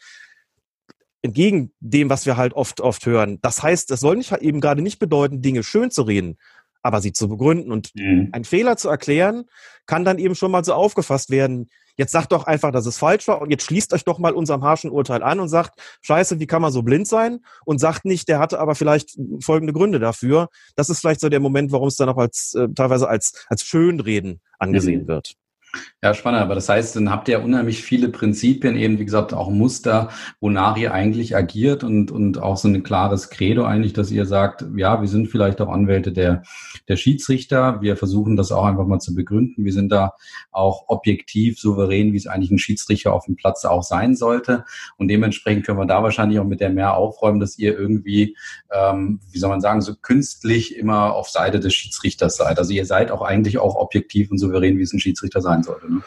entgegen dem, was wir halt oft hören. Das heißt, das soll eben gerade nicht bedeuten, Dinge schön zu reden, aber sie zu begründen. Und einen Fehler zu erklären, kann dann eben schon mal so aufgefasst werden. Jetzt sagt doch einfach, dass es falsch war und jetzt schließt euch doch mal unserem harschen Urteil an und sagt, scheiße, wie kann man so blind sein? Und sagt nicht, der hatte aber vielleicht folgende Gründe dafür. Das ist vielleicht so der Moment, warum es dann auch teilweise als Schönreden angesehen wird. Ja, spannend. Aber das heißt, dann habt ihr ja unheimlich viele Prinzipien, eben wie gesagt auch Muster, wonach ihr eigentlich agiert und auch so ein klares Credo eigentlich, dass ihr sagt, ja, wir sind vielleicht auch Anwälte der Schiedsrichter. Wir versuchen das auch einfach mal zu begründen. Wir sind da auch objektiv, souverän, wie es eigentlich ein Schiedsrichter auf dem Platz auch sein sollte. Und dementsprechend können wir da wahrscheinlich auch mit der mehr aufräumen, dass ihr irgendwie, wie soll man sagen, so künstlich immer auf Seite des Schiedsrichters seid. Also ihr seid auch eigentlich auch objektiv und souverän, wie es ein Schiedsrichter sein sollte. Ne?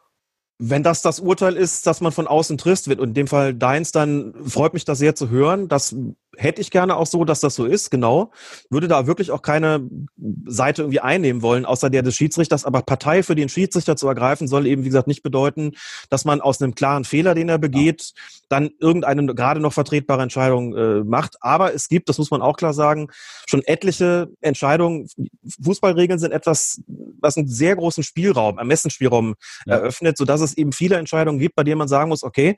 Wenn das Urteil ist, dass man von außen trifft wird, und in dem Fall deins, dann freut mich das sehr zu hören. Das hätte ich gerne auch so, dass das so ist, genau. Würde da wirklich auch keine Seite irgendwie einnehmen wollen, außer der des Schiedsrichters. Aber Partei für den Schiedsrichter zu ergreifen, soll eben, wie gesagt, nicht bedeuten, dass man aus einem klaren Fehler, den er begeht, dann irgendeine gerade noch vertretbare Entscheidung macht. Aber es gibt, das muss man auch klar sagen, schon etliche Entscheidungen. Fußballregeln sind etwas, was einen sehr großen Spielraum, Ermessensspielraum eröffnet, sodass es eben viele Entscheidungen gibt, bei denen man sagen muss, okay,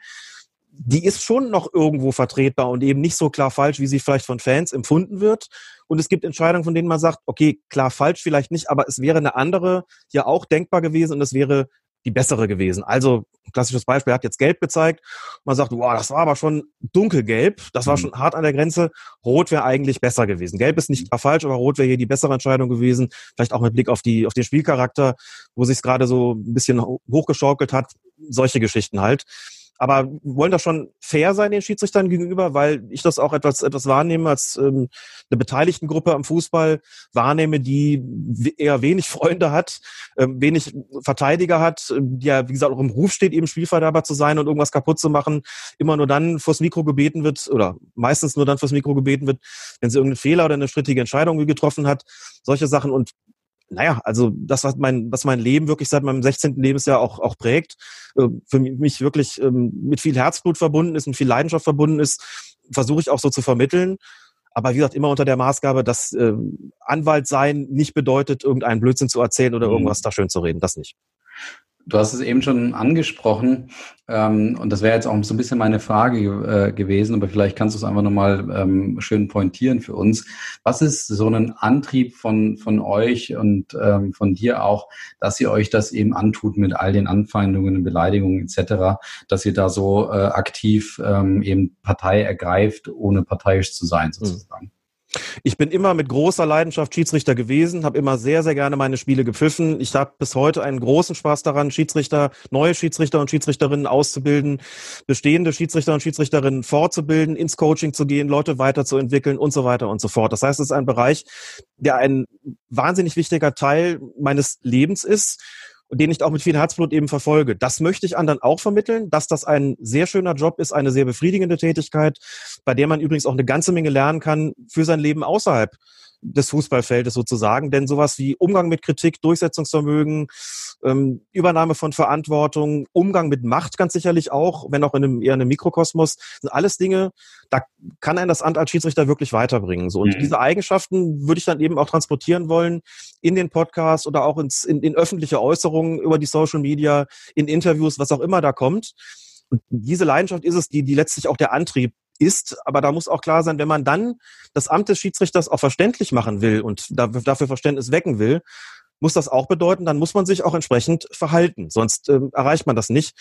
die ist schon noch irgendwo vertretbar und eben nicht so klar falsch, wie sie vielleicht von Fans empfunden wird. Und es gibt Entscheidungen, von denen man sagt, okay, klar falsch vielleicht nicht, aber es wäre eine andere ja auch denkbar gewesen und es wäre die bessere gewesen. Also, klassisches Beispiel, er hat jetzt gelb gezeigt. Man sagt, wow, das war aber schon dunkelgelb. Das war schon hart an der Grenze. Rot wäre eigentlich besser gewesen. Gelb ist nicht klar falsch, aber Rot wäre hier die bessere Entscheidung gewesen. Vielleicht auch mit Blick auf den Spielcharakter, wo sich es gerade so ein bisschen hochgeschaukelt hat. Solche Geschichten halt. Aber wollen da schon fair sein den Schiedsrichtern gegenüber, weil ich das auch etwas wahrnehme als eine beteiligten Gruppe am Fußball wahrnehme, die eher wenig Freunde hat, wenig Verteidiger hat, die ja, wie gesagt, auch im Ruf steht, eben Spielverderber zu sein und irgendwas kaputt zu machen, immer nur dann vors Mikro gebeten wird oder meistens nur dann vors Mikro gebeten wird, wenn sie irgendeinen Fehler oder eine strittige Entscheidung getroffen hat. Solche Sachen und naja, also das, was mein Leben wirklich seit meinem 16. Lebensjahr auch prägt, für mich wirklich mit viel Herzblut verbunden ist, mit viel Leidenschaft verbunden ist, versuche ich auch so zu vermitteln. Aber wie gesagt, immer unter der Maßgabe, dass Anwalt sein nicht bedeutet, irgendeinen Blödsinn zu erzählen oder irgendwas da schön zu reden. Das nicht. Du hast es eben schon angesprochen und das wäre jetzt auch so ein bisschen meine Frage gewesen, aber vielleicht kannst du es einfach nochmal schön pointieren für uns. Was ist so ein Antrieb von euch und von dir auch, dass ihr euch das eben antut mit all den Anfeindungen, Beleidigungen etc., dass ihr da so aktiv eben Partei ergreift, ohne parteiisch zu sein sozusagen? Ich bin immer mit großer Leidenschaft Schiedsrichter gewesen, habe immer sehr, sehr gerne meine Spiele gepfiffen. Ich habe bis heute einen großen Spaß daran, neue Schiedsrichter und Schiedsrichterinnen auszubilden, bestehende Schiedsrichter und Schiedsrichterinnen fortzubilden, ins Coaching zu gehen, Leute weiterzuentwickeln und so weiter und so fort. Das heißt, es ist ein Bereich, der ein wahnsinnig wichtiger Teil meines Lebens ist, den ich auch mit viel Herzblut eben verfolge. Das möchte ich anderen auch vermitteln, dass das ein sehr schöner Job ist, eine sehr befriedigende Tätigkeit, bei der man übrigens auch eine ganze Menge lernen kann für sein Leben außerhalb des Fußballfeldes sozusagen. Denn sowas wie Umgang mit Kritik, Durchsetzungsvermögen, Übernahme von Verantwortung, Umgang mit Macht ganz sicherlich auch, wenn auch eher in einem Mikrokosmos, sind alles Dinge, da kann einen das Amt als Schiedsrichter wirklich weiterbringen. So. Und diese Eigenschaften würde ich dann eben auch transportieren wollen in den Podcast oder auch in öffentliche Äußerungen über die Social Media, in Interviews, was auch immer da kommt. Und diese Leidenschaft ist es, die letztlich auch der Antrieb ist, aber da muss auch klar sein, wenn man dann das Amt des Schiedsrichters auch verständlich machen will und dafür Verständnis wecken will, muss das auch bedeuten, dann muss man sich auch entsprechend verhalten, sonst erreicht man das nicht.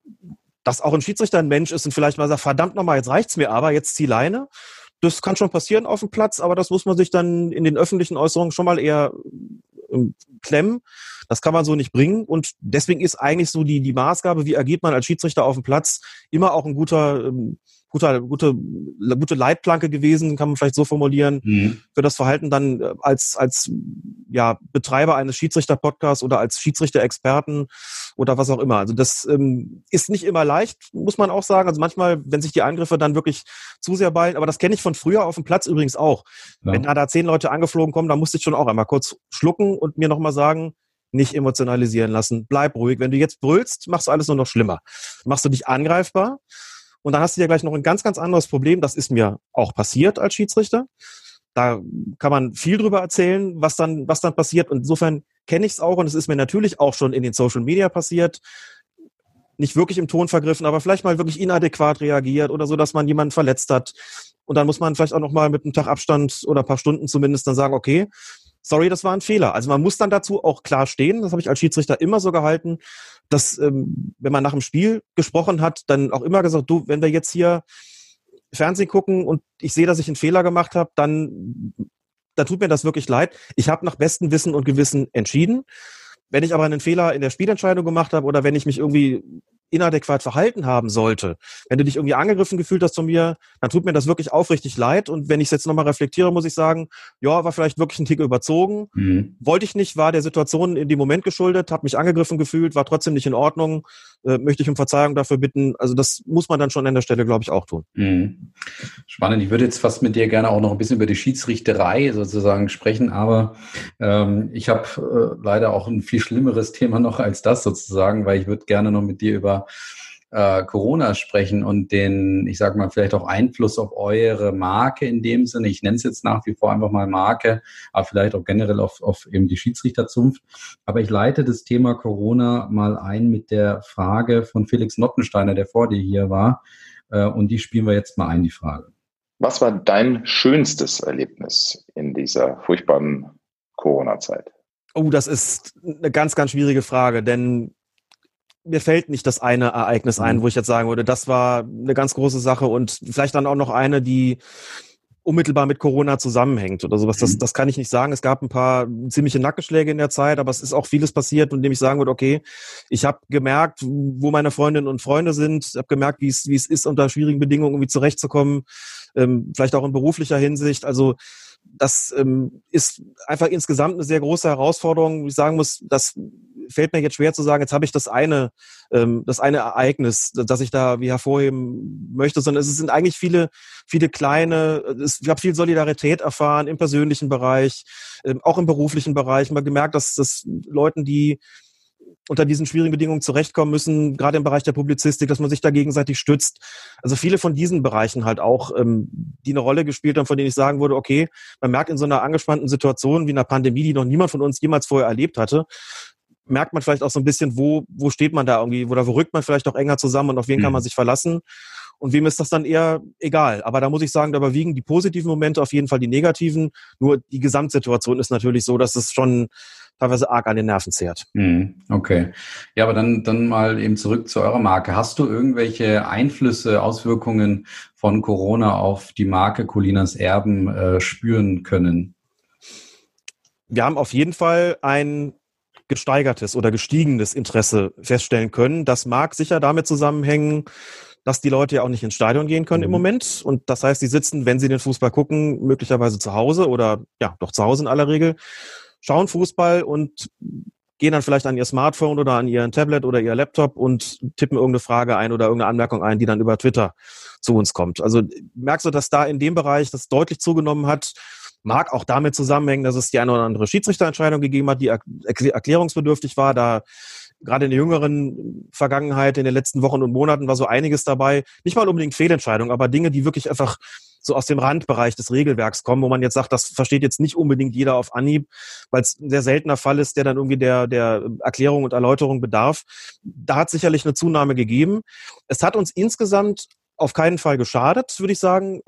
Dass auch ein Schiedsrichter ein Mensch ist und vielleicht mal sagt, verdammt nochmal, jetzt reicht's mir aber, jetzt zieh Leine. Das kann schon passieren auf dem Platz, aber das muss man sich dann in den öffentlichen Äußerungen schon mal eher klemmen. Das kann man so nicht bringen und deswegen ist eigentlich so die Maßgabe, wie agiert man als Schiedsrichter auf dem Platz, immer auch ein gute Leitplanke gewesen, kann man vielleicht so formulieren, für das Verhalten dann als Betreiber eines Schiedsrichter-Podcasts oder als Schiedsrichter-Experten oder was auch immer. Also das ist nicht immer leicht, muss man auch sagen. Also manchmal, wenn sich die Angriffe dann wirklich zu sehr ballen, aber das kenne ich von früher auf dem Platz übrigens auch. Ja. Wenn da 10 Leute angeflogen kommen, dann musste ich schon auch einmal kurz schlucken und mir nochmal sagen, nicht emotionalisieren lassen, bleib ruhig. Wenn du jetzt brüllst, machst du alles nur noch schlimmer. Machst du dich angreifbar und dann hast du ja gleich noch ein ganz, ganz anderes Problem. Das ist mir auch passiert als Schiedsrichter. Da kann man viel drüber erzählen, was dann passiert. Und insofern kenne ich es auch und es ist mir natürlich auch schon in den Social Media passiert. Nicht wirklich im Ton vergriffen, aber vielleicht mal wirklich inadäquat reagiert oder so, dass man jemanden verletzt hat. Und dann muss man vielleicht auch noch mal mit einem Tag Abstand oder ein paar Stunden zumindest dann sagen, okay, sorry, das war ein Fehler. Also man muss dann dazu auch klar stehen, das habe ich als Schiedsrichter immer so gehalten, dass, wenn man nach dem Spiel gesprochen hat, dann auch immer gesagt, du, wenn wir jetzt hier Fernsehen gucken und ich sehe, dass ich einen Fehler gemacht habe, dann tut mir das wirklich leid. Ich habe nach bestem Wissen und Gewissen entschieden. Wenn ich aber einen Fehler in der Spielentscheidung gemacht habe oder wenn ich mich irgendwie inadäquat verhalten haben sollte, wenn du dich irgendwie angegriffen gefühlt hast von mir, dann tut mir das wirklich aufrichtig leid. Und wenn ich es jetzt nochmal reflektiere, muss ich sagen, ja, war vielleicht wirklich ein Tick überzogen. Wollte ich nicht, war der Situation in dem Moment geschuldet, habe mich angegriffen gefühlt, war trotzdem nicht in Ordnung, möchte ich um Verzeihung dafür bitten. Also das muss man dann schon an der Stelle, glaube ich, auch tun. Spannend. Ich würde jetzt fast mit dir gerne auch noch ein bisschen über die Schiedsrichterei sozusagen sprechen, aber ich habe leider auch ein viel schlimmeres Thema noch als das sozusagen, weil ich würde gerne noch mit dir über Corona sprechen und den, ich sage mal, vielleicht auch Einfluss auf eure Marke in dem Sinne. Ich nenne es jetzt nach wie vor einfach mal Marke, aber vielleicht auch generell auf eben die Schiedsrichterzunft. Aber ich leite das Thema Corona mal ein mit der Frage von Felix Nottensteiner, der vor dir hier war. Und die spielen wir jetzt mal ein, die Frage. Was war dein schönstes Erlebnis in dieser furchtbaren Corona-Zeit? Oh, das ist eine ganz, ganz schwierige Frage, denn mir fällt nicht das eine Ereignis ein, wo ich jetzt sagen würde, das war eine ganz große Sache und vielleicht dann auch noch eine, die unmittelbar mit Corona zusammenhängt oder sowas. Das kann ich nicht sagen. Es gab ein paar ziemliche Nackenschläge in der Zeit, aber es ist auch vieles passiert, in dem ich sagen würde, okay, ich habe gemerkt, wo meine Freundinnen und Freunde sind, habe gemerkt, wie es ist, unter schwierigen Bedingungen irgendwie zurechtzukommen, vielleicht auch in beruflicher Hinsicht. Also das ist einfach insgesamt eine sehr große Herausforderung. Ich sagen muss, das fällt mir jetzt schwer zu sagen, jetzt habe ich das eine Ereignis, das ich da wie hervorheben möchte, sondern es sind eigentlich viele kleine, ich habe viel Solidarität erfahren im persönlichen Bereich, auch im beruflichen Bereich. Mal gemerkt, dass Leuten, die unter diesen schwierigen Bedingungen zurechtkommen müssen, gerade im Bereich der Publizistik, dass man sich da gegenseitig stützt. Also viele von diesen Bereichen halt auch, die eine Rolle gespielt haben, von denen ich sagen würde, okay, man merkt in so einer angespannten Situation wie einer Pandemie, die noch niemand von uns jemals vorher erlebt hatte, merkt man vielleicht auch so ein bisschen, wo steht man da irgendwie, oder wo rückt man vielleicht auch enger zusammen und auf wen kann man sich verlassen und wem ist das dann eher egal. Aber da muss ich sagen, da überwiegen die positiven Momente auf jeden Fall die negativen. Nur die Gesamtsituation ist natürlich so, dass es schon teilweise arg an den Nerven zehrt. Okay. Ja, aber dann mal eben zurück zu eurer Marke. Hast du irgendwelche Einflüsse, Auswirkungen von Corona auf die Marke Colinas Erben spüren können? Wir haben auf jeden Fall ein gesteigertes oder gestiegenes Interesse feststellen können. Das mag sicher damit zusammenhängen, dass die Leute ja auch nicht ins Stadion gehen können im Moment. Und das heißt, die sitzen, wenn sie den Fußball gucken, möglicherweise zu Hause oder ja, doch zu Hause in aller Regel, schauen Fußball und gehen dann vielleicht an ihr Smartphone oder an ihren Tablet oder ihr Laptop und tippen irgendeine Frage ein oder irgendeine Anmerkung ein, die dann über Twitter zu uns kommt. Also merkst du, dass da in dem Bereich das deutlich zugenommen hat, mag auch damit zusammenhängen, dass es die eine oder andere Schiedsrichterentscheidung gegeben hat, die erklärungsbedürftig war. Da gerade in der jüngeren Vergangenheit, in den letzten Wochen und Monaten war so einiges dabei. Nicht mal unbedingt Fehlentscheidungen, aber Dinge, die wirklich einfach so aus dem Randbereich des Regelwerks kommen, wo man jetzt sagt, das versteht jetzt nicht unbedingt jeder auf Anhieb, weil es ein sehr seltener Fall ist, der dann irgendwie der Erklärung und Erläuterung bedarf. Da hat sicherlich eine Zunahme gegeben. Es hat uns insgesamt auf keinen Fall geschadet, würde ich sagen.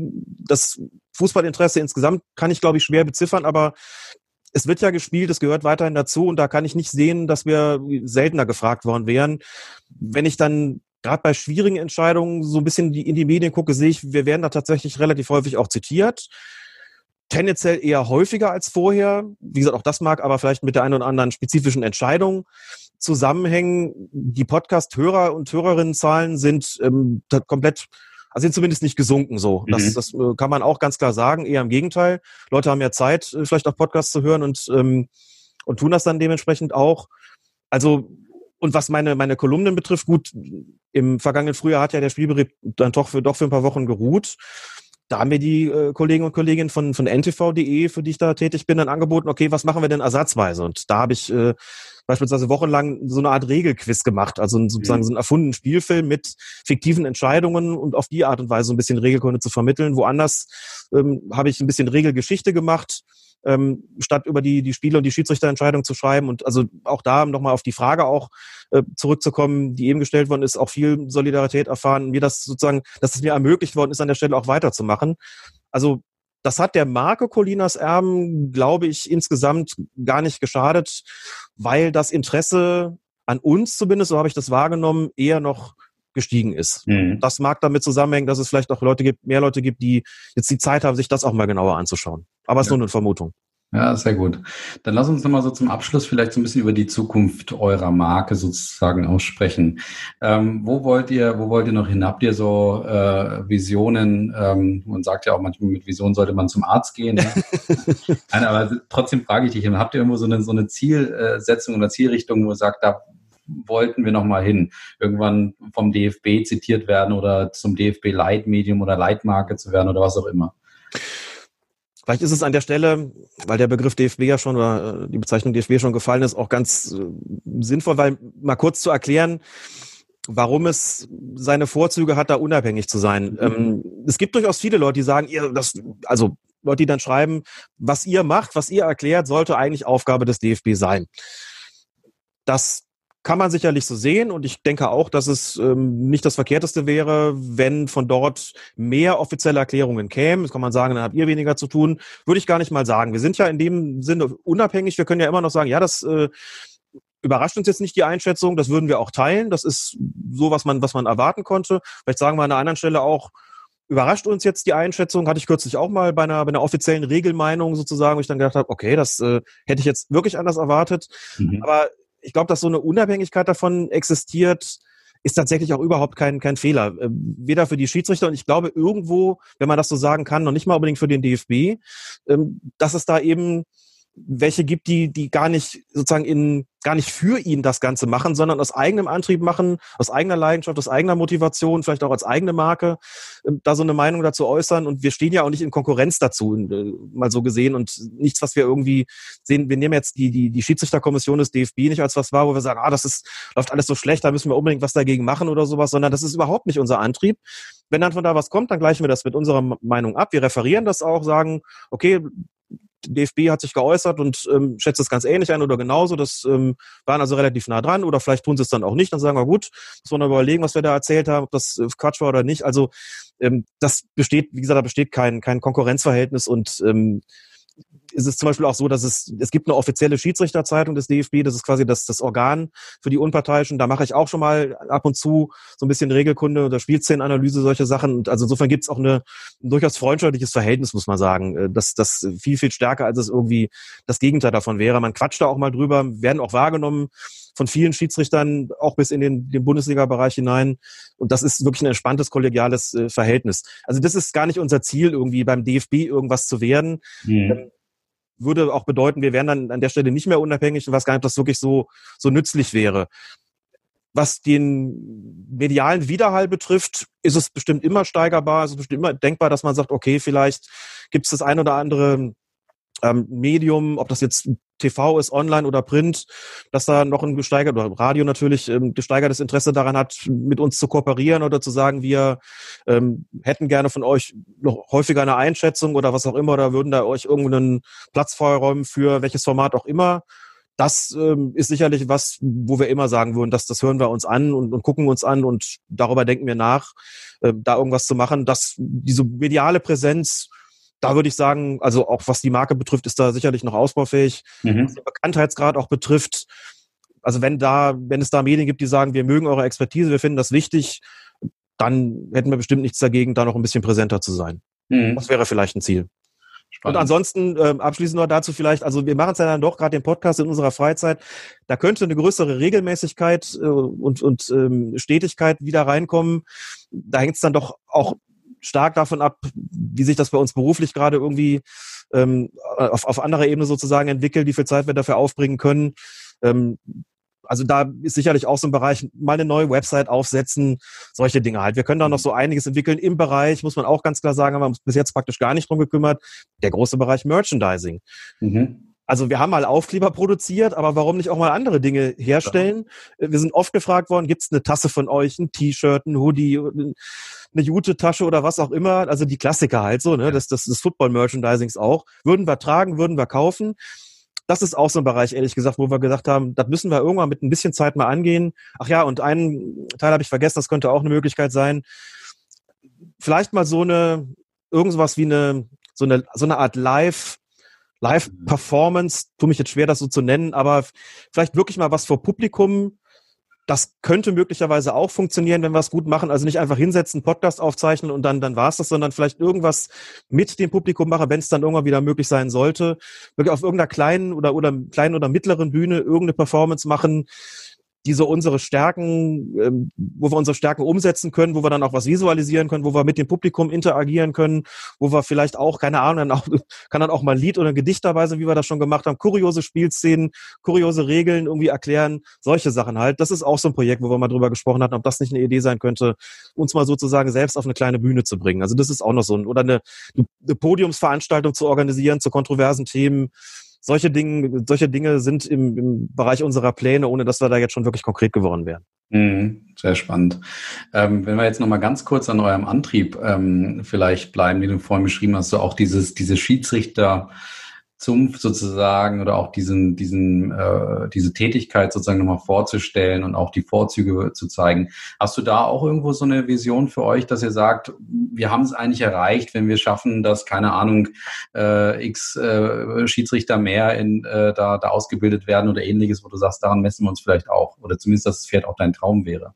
Das Fußballinteresse insgesamt kann ich, glaube ich, schwer beziffern, aber es wird ja gespielt, es gehört weiterhin dazu und da kann ich nicht sehen, dass wir seltener gefragt worden wären. Wenn ich dann gerade bei schwierigen Entscheidungen so ein bisschen in die Medien gucke, sehe ich, wir werden da tatsächlich relativ häufig auch zitiert. Tendenziell eher häufiger als vorher. Wie gesagt, auch das mag aber vielleicht mit der einen oder anderen spezifischen Entscheidung zusammenhängen. Die Podcast-Hörer und Hörerinnenzahlen sind komplett, also sind zumindest nicht gesunken so. Das kann man auch ganz klar sagen, eher im Gegenteil. Leute haben ja Zeit, vielleicht auch Podcasts zu hören und tun das dann dementsprechend auch. Also, und was meine Kolumnen betrifft, gut, im vergangenen Frühjahr hat ja der Spielbetrieb dann doch für ein paar Wochen geruht. Da haben mir die Kollegen und Kolleginnen von ntv.de, für die ich da tätig bin, dann angeboten, okay, was machen wir denn ersatzweise? Und da habe ich beispielsweise wochenlang so eine Art Regelquiz gemacht, also sozusagen so einen erfundenen Spielfilm mit fiktiven Entscheidungen und auf die Art und Weise so ein bisschen Regelkunde zu vermitteln. Woanders habe ich ein bisschen Regelgeschichte gemacht, statt über die Spiele und die Schiedsrichterentscheidung zu schreiben. Und also auch da nochmal auf die Frage auch zurückzukommen, die eben gestellt worden ist, auch viel Solidarität erfahren, mir das sozusagen, dass es mir ermöglicht worden ist, an der Stelle auch weiterzumachen. Also Das hat der Marke Colinas Erben, glaube ich, insgesamt gar nicht geschadet, weil das Interesse an uns zumindest, so habe ich das wahrgenommen, eher noch gestiegen ist. Das mag damit zusammenhängen, dass es vielleicht auch mehr Leute gibt, die jetzt die Zeit haben, sich das auch mal genauer anzuschauen. Aber es ist nur eine Vermutung. Ja, sehr gut. Dann lass uns nochmal so zum Abschluss vielleicht so ein bisschen über die Zukunft eurer Marke sozusagen aussprechen. Wo wollt ihr noch hin? Habt ihr so Visionen? Man sagt ja auch manchmal, mit Visionen sollte man zum Arzt gehen. Ne? Nein, aber trotzdem frage ich dich, habt ihr irgendwo so eine Zielsetzung oder Zielrichtung, wo ihr sagt, da wollten wir noch mal hin? Irgendwann vom DFB zitiert werden oder zum DFB-Leitmedium oder Leitmarke zu werden oder was auch immer? Vielleicht ist es an der Stelle, weil der Begriff DFB ja schon oder die Bezeichnung DFB schon gefallen ist, auch ganz sinnvoll, weil mal kurz zu erklären, warum es seine Vorzüge hat, da unabhängig zu sein. Es gibt durchaus viele Leute, die sagen, also Leute, die dann schreiben, was ihr macht, was ihr erklärt, sollte eigentlich Aufgabe des DFB sein. Das kann man sicherlich so sehen und ich denke auch, dass es nicht das Verkehrteste wäre, wenn von dort mehr offizielle Erklärungen kämen. Das kann man sagen, dann habt ihr weniger zu tun. Würde ich gar nicht mal sagen. Wir sind ja in dem Sinne unabhängig. Wir können ja immer noch sagen, ja, das überrascht uns jetzt nicht die Einschätzung. Das würden wir auch teilen. Das ist so, was man erwarten konnte. Vielleicht sagen wir an einer anderen Stelle auch, überrascht uns jetzt die Einschätzung. Hatte ich kürzlich auch mal bei einer offiziellen Regelmeinung sozusagen, wo ich dann gedacht habe, okay, das hätte ich jetzt wirklich anders erwartet. Aber ich glaube, dass so eine Unabhängigkeit davon existiert, ist tatsächlich auch überhaupt kein Fehler. Weder für die Schiedsrichter und ich glaube irgendwo, wenn man das so sagen kann, noch nicht mal unbedingt für den DFB, dass es da eben welche gibt, die gar nicht sozusagen gar nicht für ihn das Ganze machen, sondern aus eigenem Antrieb machen, aus eigener Leidenschaft, aus eigener Motivation, vielleicht auch als eigene Marke, da so eine Meinung dazu äußern. Und wir stehen ja auch nicht in Konkurrenz dazu, mal so gesehen. Und nichts, was wir irgendwie sehen, wir nehmen jetzt die Schiedsrichterkommission des DFB nicht als was wahr, wo wir sagen, läuft alles so schlecht, da müssen wir unbedingt was dagegen machen oder sowas, sondern das ist überhaupt nicht unser Antrieb. Wenn dann von da was kommt, dann gleichen wir das mit unserer Meinung ab. Wir referieren das auch, sagen, okay, DFB hat sich geäußert und schätzt es ganz ähnlich ein oder genauso. Das waren also relativ nah dran oder vielleicht tun sie es dann auch nicht. Dann sagen wir, gut, müssen wir noch überlegen, was wir da erzählt haben, ob das Quatsch war oder nicht. Also das besteht, wie gesagt, da besteht kein Konkurrenzverhältnis und ist es zum Beispiel auch so, dass es gibt eine offizielle Schiedsrichterzeitung des DFB, das ist quasi das Organ für die Unparteiischen. Da mache ich auch schon mal ab und zu so ein bisschen Regelkunde oder Spielszenenanalyse, solche Sachen. Und also insofern gibt es auch ein durchaus freundschaftliches Verhältnis, muss man sagen. Das viel, viel stärker, als es irgendwie das Gegenteil davon wäre. Man quatscht da auch mal drüber, werden auch wahrgenommen von vielen Schiedsrichtern, auch bis in den Bundesliga-Bereich hinein. Und das ist wirklich ein entspanntes, kollegiales Verhältnis. Also das ist gar nicht unser Ziel, irgendwie beim DFB irgendwas zu werden. Würde auch bedeuten, wir wären dann an der Stelle nicht mehr unabhängig und weiß gar nicht, ob das wirklich so nützlich wäre. Was den medialen Widerhall betrifft, ist es bestimmt immer steigerbar, es ist bestimmt immer denkbar, dass man sagt, okay, vielleicht gibt es das ein oder andere Medium, ob das jetzt TV ist, online oder Print, dass da noch ein gesteigertes, oder Radio natürlich, gesteigertes Interesse daran hat, mit uns zu kooperieren oder zu sagen, wir hätten gerne von euch noch häufiger eine Einschätzung oder was auch immer, oder würden da euch irgendeinen Platz freiräumen für welches Format auch immer. Das ist sicherlich was, wo wir immer sagen würden, das hören wir uns an und gucken uns an und darüber denken wir nach, da irgendwas zu machen. Diese mediale Präsenz, da würde ich sagen, also auch was die Marke betrifft, ist da sicherlich noch ausbaufähig. Was den Bekanntheitsgrad auch betrifft, also wenn es da Medien gibt, die sagen, wir mögen eure Expertise, wir finden das wichtig, dann hätten wir bestimmt nichts dagegen, da noch ein bisschen präsenter zu sein. Das wäre vielleicht ein Ziel. Spannend. Und ansonsten abschließend noch dazu vielleicht, also wir machen es ja dann doch gerade den Podcast in unserer Freizeit, da könnte eine größere Regelmäßigkeit und Stetigkeit wieder reinkommen. Da hängt es dann doch auch stark davon ab, wie sich das bei uns beruflich gerade irgendwie auf anderer Ebene sozusagen entwickelt, wie viel Zeit wir dafür aufbringen können. Also da ist sicherlich auch so ein Bereich, mal eine neue Website aufsetzen, solche Dinge halt. Wir können da noch so einiges entwickeln im Bereich, muss man auch ganz klar sagen, haben wir uns bis jetzt praktisch gar nicht drum gekümmert, der große Bereich Merchandising. Also wir haben mal Aufkleber produziert, aber warum nicht auch mal andere Dinge herstellen? Wir sind oft gefragt worden, gibt es eine Tasse von euch, ein T-Shirt, ein Hoodie, eine Jute-Tasche oder was auch immer? Also die Klassiker halt so, ne? Das Football-Merchandisings auch. Würden wir tragen, würden wir kaufen. Das ist auch so ein Bereich, ehrlich gesagt, wo wir gesagt haben, das müssen wir irgendwann mit ein bisschen Zeit mal angehen. Ach ja, und einen Teil habe ich vergessen, das könnte auch eine Möglichkeit sein. Vielleicht mal irgendwas wie eine so eine Art Live-Performance, tue mich jetzt schwer, das so zu nennen, aber vielleicht wirklich mal was vor Publikum. Das könnte möglicherweise auch funktionieren, wenn wir es gut machen. Also nicht einfach hinsetzen, Podcast aufzeichnen und dann war es das, sondern vielleicht irgendwas mit dem Publikum machen, wenn es dann irgendwann wieder möglich sein sollte. Wirklich auf irgendeiner kleinen oder mittleren Bühne irgendeine Performance machen, die so unsere Stärken, wo wir unsere Stärken umsetzen können, wo wir dann auch was visualisieren können, wo wir mit dem Publikum interagieren können, wo wir vielleicht auch, keine Ahnung, kann dann auch mal ein Lied oder ein Gedicht dabei sein, wie wir das schon gemacht haben, kuriose Spielszenen, kuriose Regeln irgendwie erklären, solche Sachen halt. Das ist auch so ein Projekt, wo wir mal drüber gesprochen hatten, ob das nicht eine Idee sein könnte, uns mal sozusagen selbst auf eine kleine Bühne zu bringen. Also das ist auch noch so oder eine Podiumsveranstaltung zu organisieren zu kontroversen Themen. Solche Dinge sind im Bereich unserer Pläne, ohne dass wir da jetzt schon wirklich konkret geworden wären. Sehr spannend. Wenn wir jetzt nochmal ganz kurz an eurem Antrieb vielleicht bleiben, den du vorhin beschrieben hast, so auch diese Schiedsrichter sozusagen oder auch diese Tätigkeit sozusagen nochmal vorzustellen und auch die Vorzüge zu zeigen. Hast du da auch irgendwo so eine Vision für euch, dass ihr sagt, wir haben es eigentlich erreicht, wenn wir schaffen, dass, keine Ahnung, x Schiedsrichter mehr da ausgebildet werden oder ähnliches, wo du sagst, daran messen wir uns vielleicht auch oder zumindest, dass es vielleicht auch dein Traum wäre?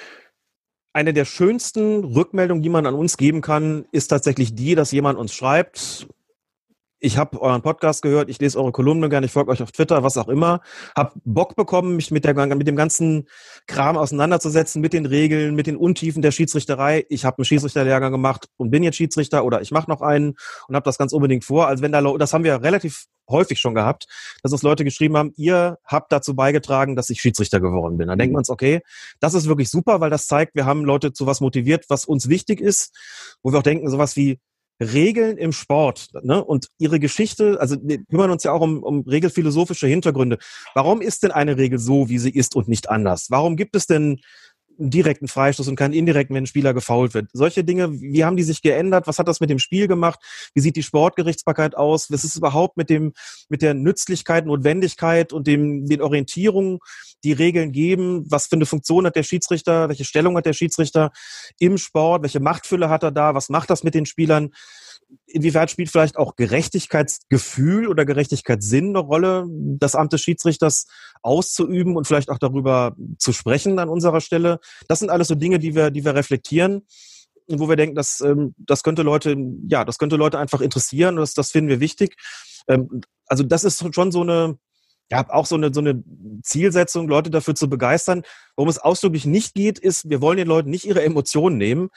Eine der schönsten Rückmeldungen, die man an uns geben kann, ist tatsächlich die, dass jemand uns schreibt, ich habe euren Podcast gehört, ich lese eure Kolumne gerne, ich folge euch auf Twitter, was auch immer. Hab Bock bekommen, mich mit dem ganzen Kram auseinanderzusetzen, mit den Regeln, mit den Untiefen der Schiedsrichterei. Ich habe einen Schiedsrichterlehrgang gemacht und bin jetzt Schiedsrichter oder ich mache noch einen und habe das ganz unbedingt vor. Also das haben wir relativ häufig schon gehabt, dass uns Leute geschrieben haben, ihr habt dazu beigetragen, dass ich Schiedsrichter geworden bin. Dann denkt man uns, okay, das ist wirklich super, weil das zeigt, wir haben Leute zu was motiviert, was uns wichtig ist, wo wir auch denken, sowas wie Regeln im Sport, ne? Und ihre Geschichte, also wir kümmern uns ja auch um regelphilosophische Hintergründe. Warum ist denn eine Regel so, wie sie ist und nicht anders? Warum gibt es denn einen direkten Freistoß und keinen indirekten, wenn ein Spieler gefoult wird? Solche Dinge, wie haben die sich geändert? Was hat das mit dem Spiel gemacht? Wie sieht die Sportgerichtsbarkeit aus? Was ist überhaupt mit der Nützlichkeit, Notwendigkeit und den Orientierungen, die Regeln geben? Was für eine Funktion hat der Schiedsrichter? Welche Stellung hat der Schiedsrichter im Sport? Welche Machtfülle hat er da? Was macht das mit den Spielern? Inwieweit spielt vielleicht auch Gerechtigkeitsgefühl oder Gerechtigkeitssinn eine Rolle, das Amt des Schiedsrichters auszuüben und vielleicht auch darüber zu sprechen an unserer Stelle? Das sind alles so Dinge, die wir reflektieren und wo wir denken, das könnte Leute einfach interessieren und das finden wir wichtig. Also das ist schon so eine Zielsetzung, Leute dafür zu begeistern. Worum es ausdrücklich nicht geht, ist, wir wollen den Leuten nicht ihre Emotionen nehmen.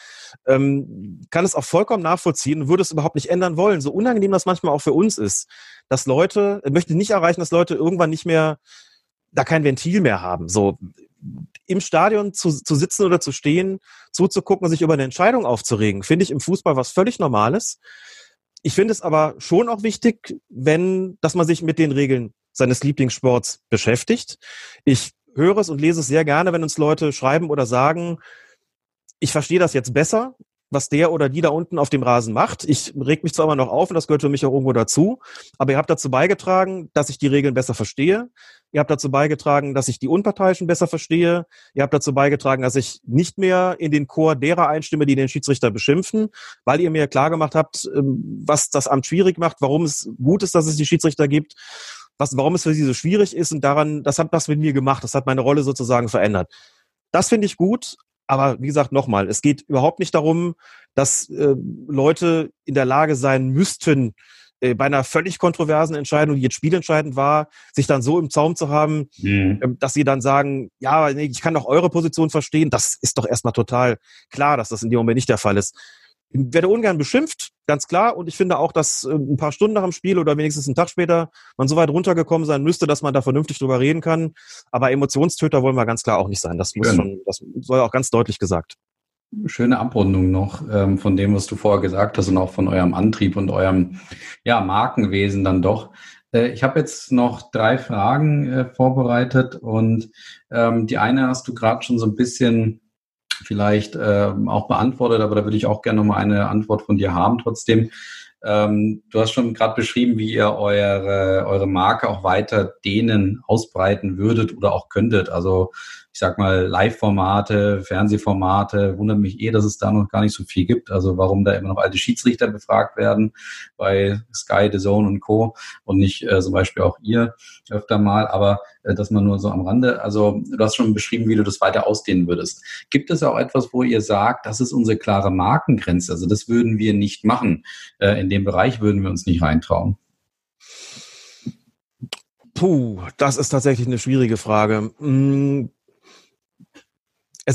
Kann es auch vollkommen nachvollziehen und würde es überhaupt nicht ändern wollen. So unangenehm das manchmal auch für uns ist, dass Leute, möchte nicht erreichen, dass Leute irgendwann nicht mehr, da kein Ventil mehr haben. So im Stadion zu sitzen oder zu stehen, zuzugucken und sich über eine Entscheidung aufzuregen, finde ich im Fußball was völlig Normales. Ich finde es aber schon auch wichtig, dass man sich mit den Regeln seines Lieblingssports beschäftigt. Ich höre es und lese es sehr gerne, wenn uns Leute schreiben oder sagen, ich verstehe das jetzt besser, was der oder die da unten auf dem Rasen macht. Ich reg mich zwar immer noch auf und das gehört für mich auch irgendwo dazu, aber ihr habt dazu beigetragen, dass ich die Regeln besser verstehe. Ihr habt dazu beigetragen, dass ich die Unparteiischen besser verstehe. Ihr habt dazu beigetragen, dass ich nicht mehr in den Chor derer einstimme, die den Schiedsrichter beschimpfen, weil ihr mir klar gemacht habt, was das Amt schwierig macht, warum es gut ist, dass es die Schiedsrichter gibt, warum es für sie so schwierig ist und das hat was mit mir gemacht. Das hat meine Rolle sozusagen verändert. Das finde ich gut. Aber wie gesagt, nochmal, es geht überhaupt nicht darum, dass Leute in der Lage sein müssten, bei einer völlig kontroversen Entscheidung, die jetzt spielentscheidend war, sich dann so im Zaum zu haben, dass sie dann sagen, ja, nee, ich kann doch eure Position verstehen. Das ist doch erstmal total klar, dass das in dem Moment nicht der Fall ist. Ich werde ungern beschimpft, ganz klar. Und ich finde auch, dass ein paar Stunden nach dem Spiel oder wenigstens einen Tag später man so weit runtergekommen sein müsste, dass man da vernünftig drüber reden kann. Aber Emotionstöter wollen wir ganz klar auch nicht sein. Das soll auch ganz deutlich gesagt. Schöne Abrundung noch von dem, was du vorher gesagt hast und auch von eurem Antrieb und eurem Markenwesen dann doch. Ich habe jetzt noch 3 Fragen vorbereitet und die eine hast du gerade schon so ein bisschen vielleicht auch beantwortet, aber da würde ich auch gerne nochmal eine Antwort von dir haben trotzdem. Du hast schon gerade beschrieben, wie ihr eure Marke auch weiter ausbreiten würdet oder auch könntet. Also ich sag mal, Live-Formate, Fernsehformate, wundert mich dass es da noch gar nicht so viel gibt. Also warum da immer noch alte Schiedsrichter befragt werden bei Sky, The Zone und Co. und nicht zum Beispiel auch ihr öfter mal, aber das man nur so am Rande. Also du hast schon beschrieben, wie du das weiter ausdehnen würdest. Gibt es auch etwas, wo ihr sagt, das ist unsere klare Markengrenze? Also das würden wir nicht machen. In dem Bereich würden wir uns nicht reintrauen. Puh, das ist tatsächlich eine schwierige Frage. Es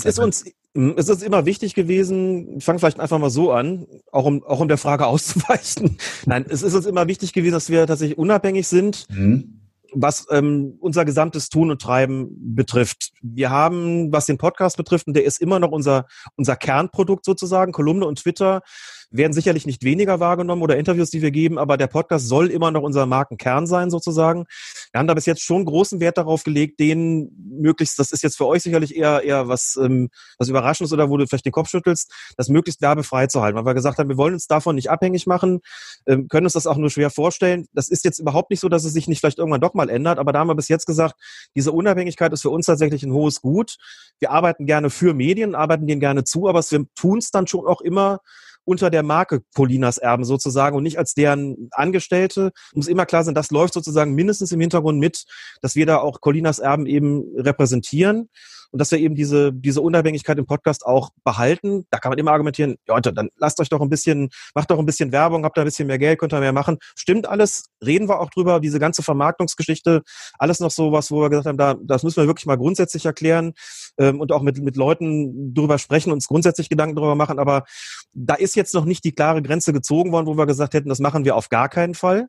ist immer wichtig gewesen, ich fange vielleicht einfach mal so an, auch um der Frage auszuweichen. Nein, es ist uns immer wichtig gewesen, dass wir tatsächlich unabhängig sind, was unser gesamtes Tun und Treiben betrifft. Wir haben, was den Podcast betrifft, und der ist immer noch unser Kernprodukt sozusagen, Kolumne und Twitter, werden sicherlich nicht weniger wahrgenommen oder Interviews, die wir geben, aber der Podcast soll immer noch unser Markenkern sein sozusagen. Wir haben da bis jetzt schon großen Wert darauf gelegt, den möglichst, das ist jetzt für euch sicherlich eher was Überraschendes oder wo du vielleicht den Kopf schüttelst, das möglichst werbefrei zu halten, weil wir gesagt haben, wir wollen uns davon nicht abhängig machen, können uns das auch nur schwer vorstellen. Das ist jetzt überhaupt nicht so, dass es sich nicht vielleicht irgendwann doch mal ändert, aber da haben wir bis jetzt gesagt, diese Unabhängigkeit ist für uns tatsächlich ein hohes Gut. Wir arbeiten gerne für Medien, arbeiten denen gerne zu, aber wir tun es dann schon auch immer unter der Marke Colinas Erben sozusagen und nicht als deren Angestellte. Muss immer klar sein, das läuft sozusagen mindestens im Hintergrund mit, dass wir da auch Colinas Erben eben repräsentieren und dass wir eben diese Unabhängigkeit im Podcast auch behalten. Da kann man immer argumentieren, ja, dann macht doch ein bisschen Werbung, habt da ein bisschen mehr Geld, könnt ihr mehr machen. Stimmt alles, reden wir auch drüber, diese ganze Vermarktungsgeschichte, alles noch so was, wo wir gesagt haben, das müssen wir wirklich mal grundsätzlich erklären und auch mit Leuten drüber sprechen, uns grundsätzlich Gedanken drüber machen, aber da ist jetzt noch nicht die klare Grenze gezogen worden, wo wir gesagt hätten, das machen wir auf gar keinen Fall.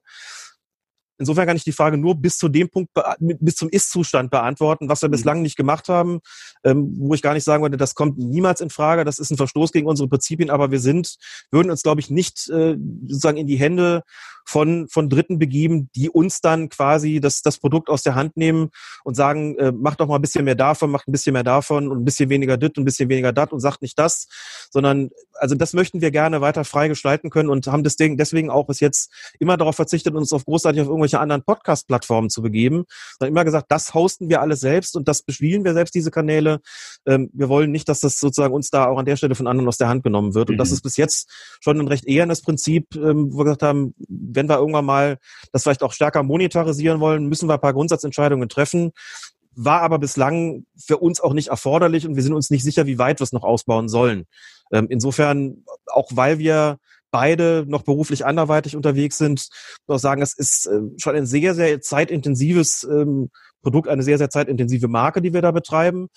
Insofern kann ich die Frage nur bis zu dem Punkt, bis zum Ist-Zustand beantworten, was wir bislang nicht gemacht haben, wo ich gar nicht sagen würde, das kommt niemals in Frage, das ist ein Verstoß gegen unsere Prinzipien, aber wir würden uns, glaube ich, nicht sozusagen in die Hände von Dritten begeben, die uns dann quasi das Produkt aus der Hand nehmen und sagen, macht doch mal ein bisschen mehr davon, macht ein bisschen mehr davon und ein bisschen weniger dit und ein bisschen weniger dat und sagt nicht das, sondern also das möchten wir gerne weiter frei gestalten können und haben deswegen auch bis jetzt immer darauf verzichtet, uns großartig auf irgendwelche anderen Podcast-Plattformen zu begeben, sondern immer gesagt, das hosten wir alles selbst und das bespielen wir selbst, diese Kanäle. Wir wollen nicht, dass das sozusagen uns da auch an der Stelle von anderen aus der Hand genommen wird. Und das ist bis jetzt schon ein recht ehernes Prinzip, wo wir gesagt haben, wenn wir irgendwann mal das vielleicht auch stärker monetarisieren wollen, müssen wir ein paar Grundsatzentscheidungen treffen. War aber bislang für uns auch nicht erforderlich und wir sind uns nicht sicher, wie weit wir es noch ausbauen sollen. Insofern, auch weil wir beide noch beruflich anderweitig unterwegs sind, muss ich sagen, es ist schon ein sehr, sehr zeitintensives Produkt, eine sehr, sehr zeitintensive Marke, die wir da betreiben,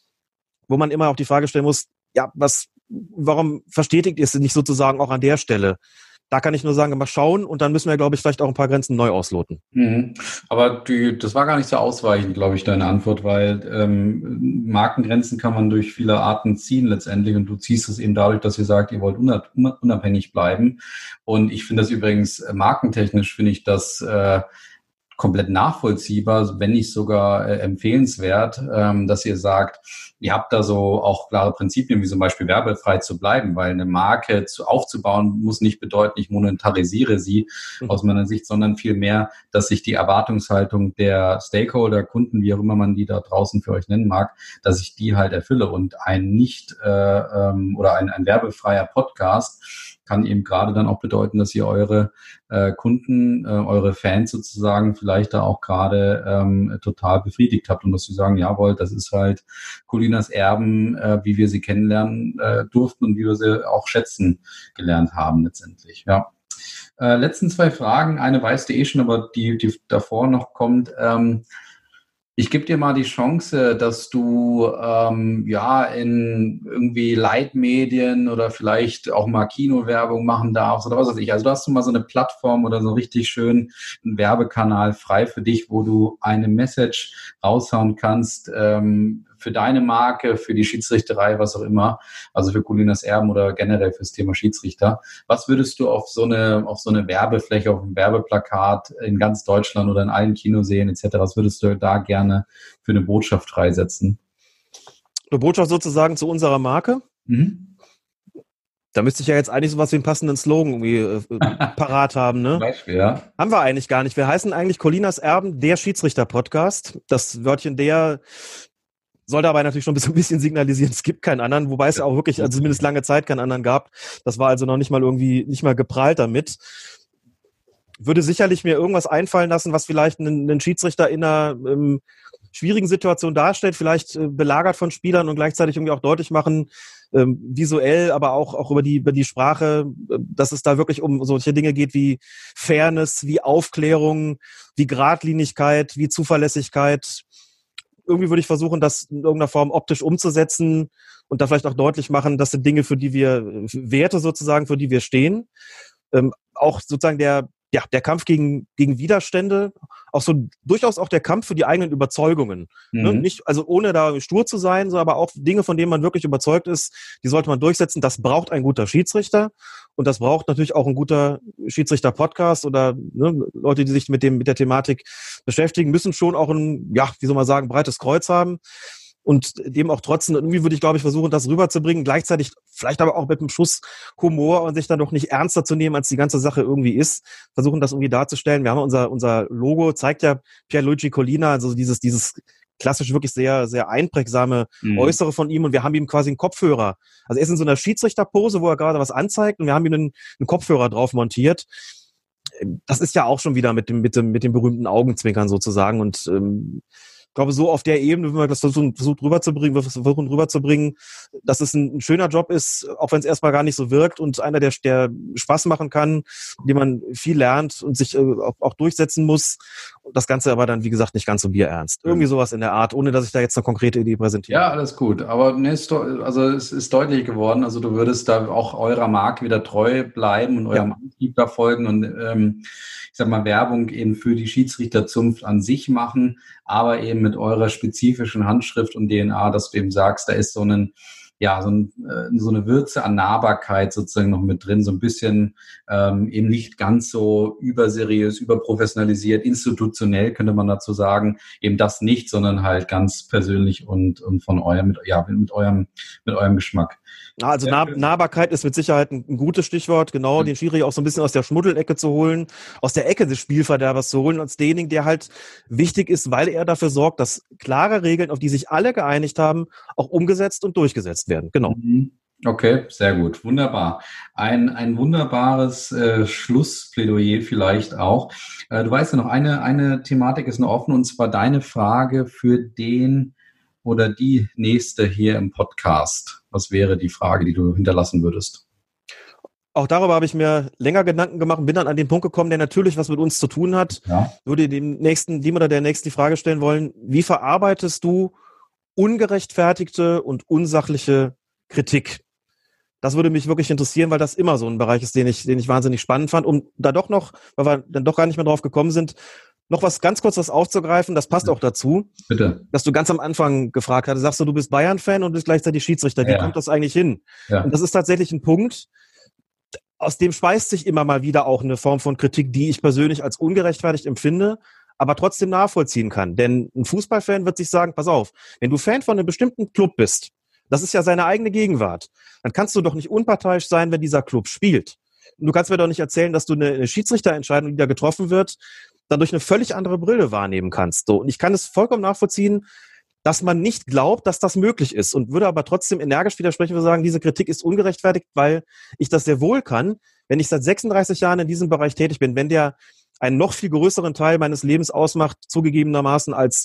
wo man immer auch die Frage stellen muss, ja, warum verstetigt ihr es nicht sozusagen auch an der Stelle? Da kann ich nur sagen, mal schauen und dann müssen wir, glaube ich, vielleicht auch ein paar Grenzen neu ausloten. Aber das war gar nicht so ausweichend, glaube ich, deine Antwort, weil Markengrenzen kann man durch viele Arten ziehen letztendlich und du ziehst es eben dadurch, dass ihr sagt, ihr wollt unabhängig bleiben. Und ich finde das übrigens markentechnisch, finde ich das komplett nachvollziehbar, wenn nicht sogar empfehlenswert, dass ihr sagt, ihr habt da so auch klare Prinzipien, wie zum Beispiel werbefrei zu bleiben, weil eine Marke aufzubauen muss nicht bedeuten, ich monetarisiere sie aus meiner Sicht, sondern vielmehr, dass sich die Erwartungshaltung der Stakeholder, Kunden, wie auch immer man die da draußen für euch nennen mag, dass ich die halt erfülle und ein oder ein werbefreier Podcast kann eben gerade dann auch bedeuten, dass ihr eure Kunden, eure Fans sozusagen vielleicht da auch gerade total befriedigt habt und dass sie sagen, jawohl, das ist halt Colinas Erben, wie wir sie kennenlernen durften und wie wir sie auch schätzen gelernt haben letztendlich. Ja. Letzten zwei Fragen, eine weißt du schon, aber die davor noch kommt. Ich gebe dir mal die Chance, dass du in irgendwie Leitmedien oder vielleicht auch mal Kinowerbung machen darfst oder was weiß ich. Also du hast mal so eine Plattform oder so richtig schön einen Werbekanal frei für dich, wo du eine Message raushauen kannst für deine Marke, für die Schiedsrichterei, was auch immer, also für Colinas Erben oder generell fürs Thema Schiedsrichter. Was würdest du auf so eine Werbefläche, auf ein Werbeplakat in ganz Deutschland oder in allen Kinoseen etc., was würdest du da gerne für eine Botschaft freisetzen? Eine Botschaft sozusagen zu unserer Marke? Da müsste ich ja jetzt eigentlich sowas wie einen passenden Slogan irgendwie parat haben, ne? Zum Beispiel, ja. Haben wir eigentlich gar nicht. Wir heißen eigentlich Colinas Erben, der Schiedsrichter-Podcast. Das Wörtchen der soll dabei natürlich schon ein bisschen signalisieren, es gibt keinen anderen, wobei es ja auch wirklich, also zumindest lange Zeit keinen anderen gab. Das war also noch nicht mal geprahlt damit. Würde sicherlich mir irgendwas einfallen lassen, was vielleicht einen Schiedsrichter in einer schwierigen Situation darstellt, vielleicht belagert von Spielern und gleichzeitig irgendwie auch deutlich machen, visuell, aber auch über die Sprache, dass es da wirklich um solche Dinge geht wie Fairness, wie Aufklärung, wie Geradlinigkeit, wie Zuverlässigkeit. Irgendwie würde ich versuchen, das in irgendeiner Form optisch umzusetzen und da vielleicht auch deutlich machen, das sind Dinge, Werte sozusagen, für die wir stehen. Auch sozusagen der Kampf gegen Widerstände, auch so durchaus auch der Kampf für die eigenen Überzeugungen. Ne? Nicht, also ohne da stur zu sein, so, aber auch Dinge, von denen man wirklich überzeugt ist, die sollte man durchsetzen. Das braucht ein guter Schiedsrichter und das braucht natürlich auch ein guter Schiedsrichter-Podcast oder Leute, die sich mit der Thematik beschäftigen, müssen schon auch ein, breites Kreuz haben. Und dem auch trotzdem, irgendwie würde ich, glaube ich, versuchen, das rüberzubringen, gleichzeitig vielleicht aber auch mit einem Schuss Humor und sich dann doch nicht ernster zu nehmen, als die ganze Sache irgendwie ist. Versuchen, das irgendwie darzustellen. Wir haben unser Logo, zeigt ja Pierluigi Collina, also dieses klassisch wirklich sehr, sehr einprägsame Äußere von ihm und wir haben ihm quasi einen Kopfhörer. Also er ist in so einer Schiedsrichterpose, wo er gerade was anzeigt und wir haben ihm einen Kopfhörer drauf montiert. Das ist ja auch schon wieder mit dem berühmten Augenzwinkern sozusagen und ich glaube, so auf der Ebene, wenn man das versuchen rüberzubringen, dass es ein schöner Job ist, auch wenn es erstmal gar nicht so wirkt und einer, der Spaß machen kann, dem man viel lernt und sich auch durchsetzen muss. Das Ganze aber dann, wie gesagt, nicht ganz so bierernst. Irgendwie sowas in der Art, ohne dass ich da jetzt eine konkrete Idee präsentiere. Ja, alles gut. Aber es ist deutlich geworden. Also du würdest da auch eurer Marke wieder treu bleiben und eurem Antrieb da folgen und ich sag mal, Werbung eben für die Schiedsrichterzunft an sich machen, aber eben mit eurer spezifischen Handschrift und DNA, dass du eben sagst, da ist so eine Würze an Nahbarkeit sozusagen noch mit drin, so ein bisschen eben nicht ganz so überseriös, überprofessionalisiert, institutionell könnte man dazu sagen, eben das nicht, sondern halt ganz persönlich und von mit eurem Geschmack. Also Nahbarkeit ist mit Sicherheit ein gutes Stichwort, genau, den Schiri auch so ein bisschen aus der Schmuddelecke zu holen, aus der Ecke des Spielverderbers zu holen, als denjenigen, der halt wichtig ist, weil er dafür sorgt, dass klare Regeln, auf die sich alle geeinigt haben, auch umgesetzt und durchgesetzt werden. Genau. Okay, sehr gut, wunderbar. Ein wunderbares Schlussplädoyer vielleicht auch. Du weißt ja noch, eine Thematik ist noch offen, und zwar deine Frage für den oder die nächste hier im Podcast. Was wäre die Frage, die du hinterlassen würdest? Auch darüber habe ich mir länger Gedanken gemacht und bin dann an den Punkt gekommen, der natürlich was mit uns zu tun hat. Ja. Würde dem oder der nächsten die Frage stellen wollen, wie verarbeitest du ungerechtfertigte und unsachliche Kritik? Das würde mich wirklich interessieren, weil das immer so ein Bereich ist, den ich wahnsinnig spannend fand. Um da doch noch, weil wir dann doch gar nicht mehr drauf gekommen sind, noch was ganz kurz aufzugreifen, das passt auch dazu. Bitte. Dass du ganz am Anfang gefragt hattest, sagst du bist Bayern-Fan und bist gleichzeitig Schiedsrichter. Wie kommt das eigentlich hin? Ja. Und das ist tatsächlich ein Punkt, aus dem speist sich immer mal wieder auch eine Form von Kritik, die ich persönlich als ungerechtfertigt empfinde, aber trotzdem nachvollziehen kann. Denn ein Fußballfan wird sich sagen, pass auf, wenn du Fan von einem bestimmten Club bist, das ist ja seine eigene Gegenwart, dann kannst du doch nicht unparteiisch sein, wenn dieser Club spielt. Und du kannst mir doch nicht erzählen, dass du eine Schiedsrichterentscheidung, die da getroffen wird, dadurch eine völlig andere Brille wahrnehmen kannst. So. Und ich kann es vollkommen nachvollziehen, dass man nicht glaubt, dass das möglich ist und würde aber trotzdem energisch widersprechen und sagen, diese Kritik ist ungerechtfertigt, weil ich das sehr wohl kann, wenn ich seit 36 Jahren in diesem Bereich tätig bin, wenn der einen noch viel größeren Teil meines Lebens ausmacht, zugegebenermaßen als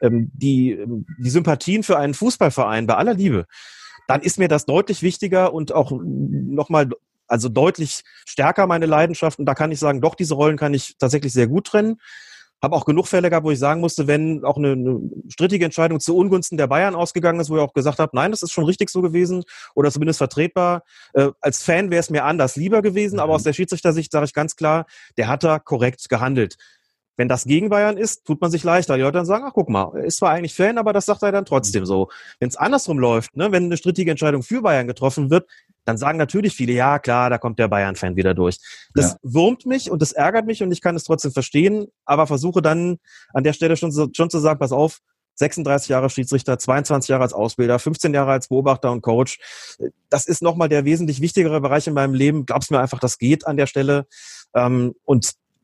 die Sympathien für einen Fußballverein, bei aller Liebe, dann ist mir das deutlich wichtiger und auch nochmal, also deutlich stärker meine Leidenschaft. Und da kann ich sagen, doch, diese Rollen kann ich tatsächlich sehr gut trennen. Habe auch genug Fälle gehabt, wo ich sagen musste, wenn auch eine strittige Entscheidung zu Ungunsten der Bayern ausgegangen ist, wo ich auch gesagt habe, nein, das ist schon richtig so gewesen oder zumindest vertretbar. Als Fan wäre es mir anders lieber gewesen, aber aus der Schiedsrichtersicht sage ich ganz klar, der hat da korrekt gehandelt. Wenn das gegen Bayern ist, tut man sich leichter. Die Leute dann sagen, ach guck mal, er ist zwar eigentlich Fan, aber das sagt er dann trotzdem so. Wenn es andersrum läuft, ne, wenn eine strittige Entscheidung für Bayern getroffen wird, dann sagen natürlich viele, ja klar, da kommt der Bayern-Fan wieder durch. Das wurmt mich und das ärgert mich und ich kann es trotzdem verstehen, aber versuche dann an der Stelle schon zu sagen, pass auf, 36 Jahre Schiedsrichter, 22 Jahre als Ausbilder, 15 Jahre als Beobachter und Coach. Das ist nochmal der wesentlich wichtigere Bereich in meinem Leben. Glaub's mir einfach, das geht an der Stelle. Und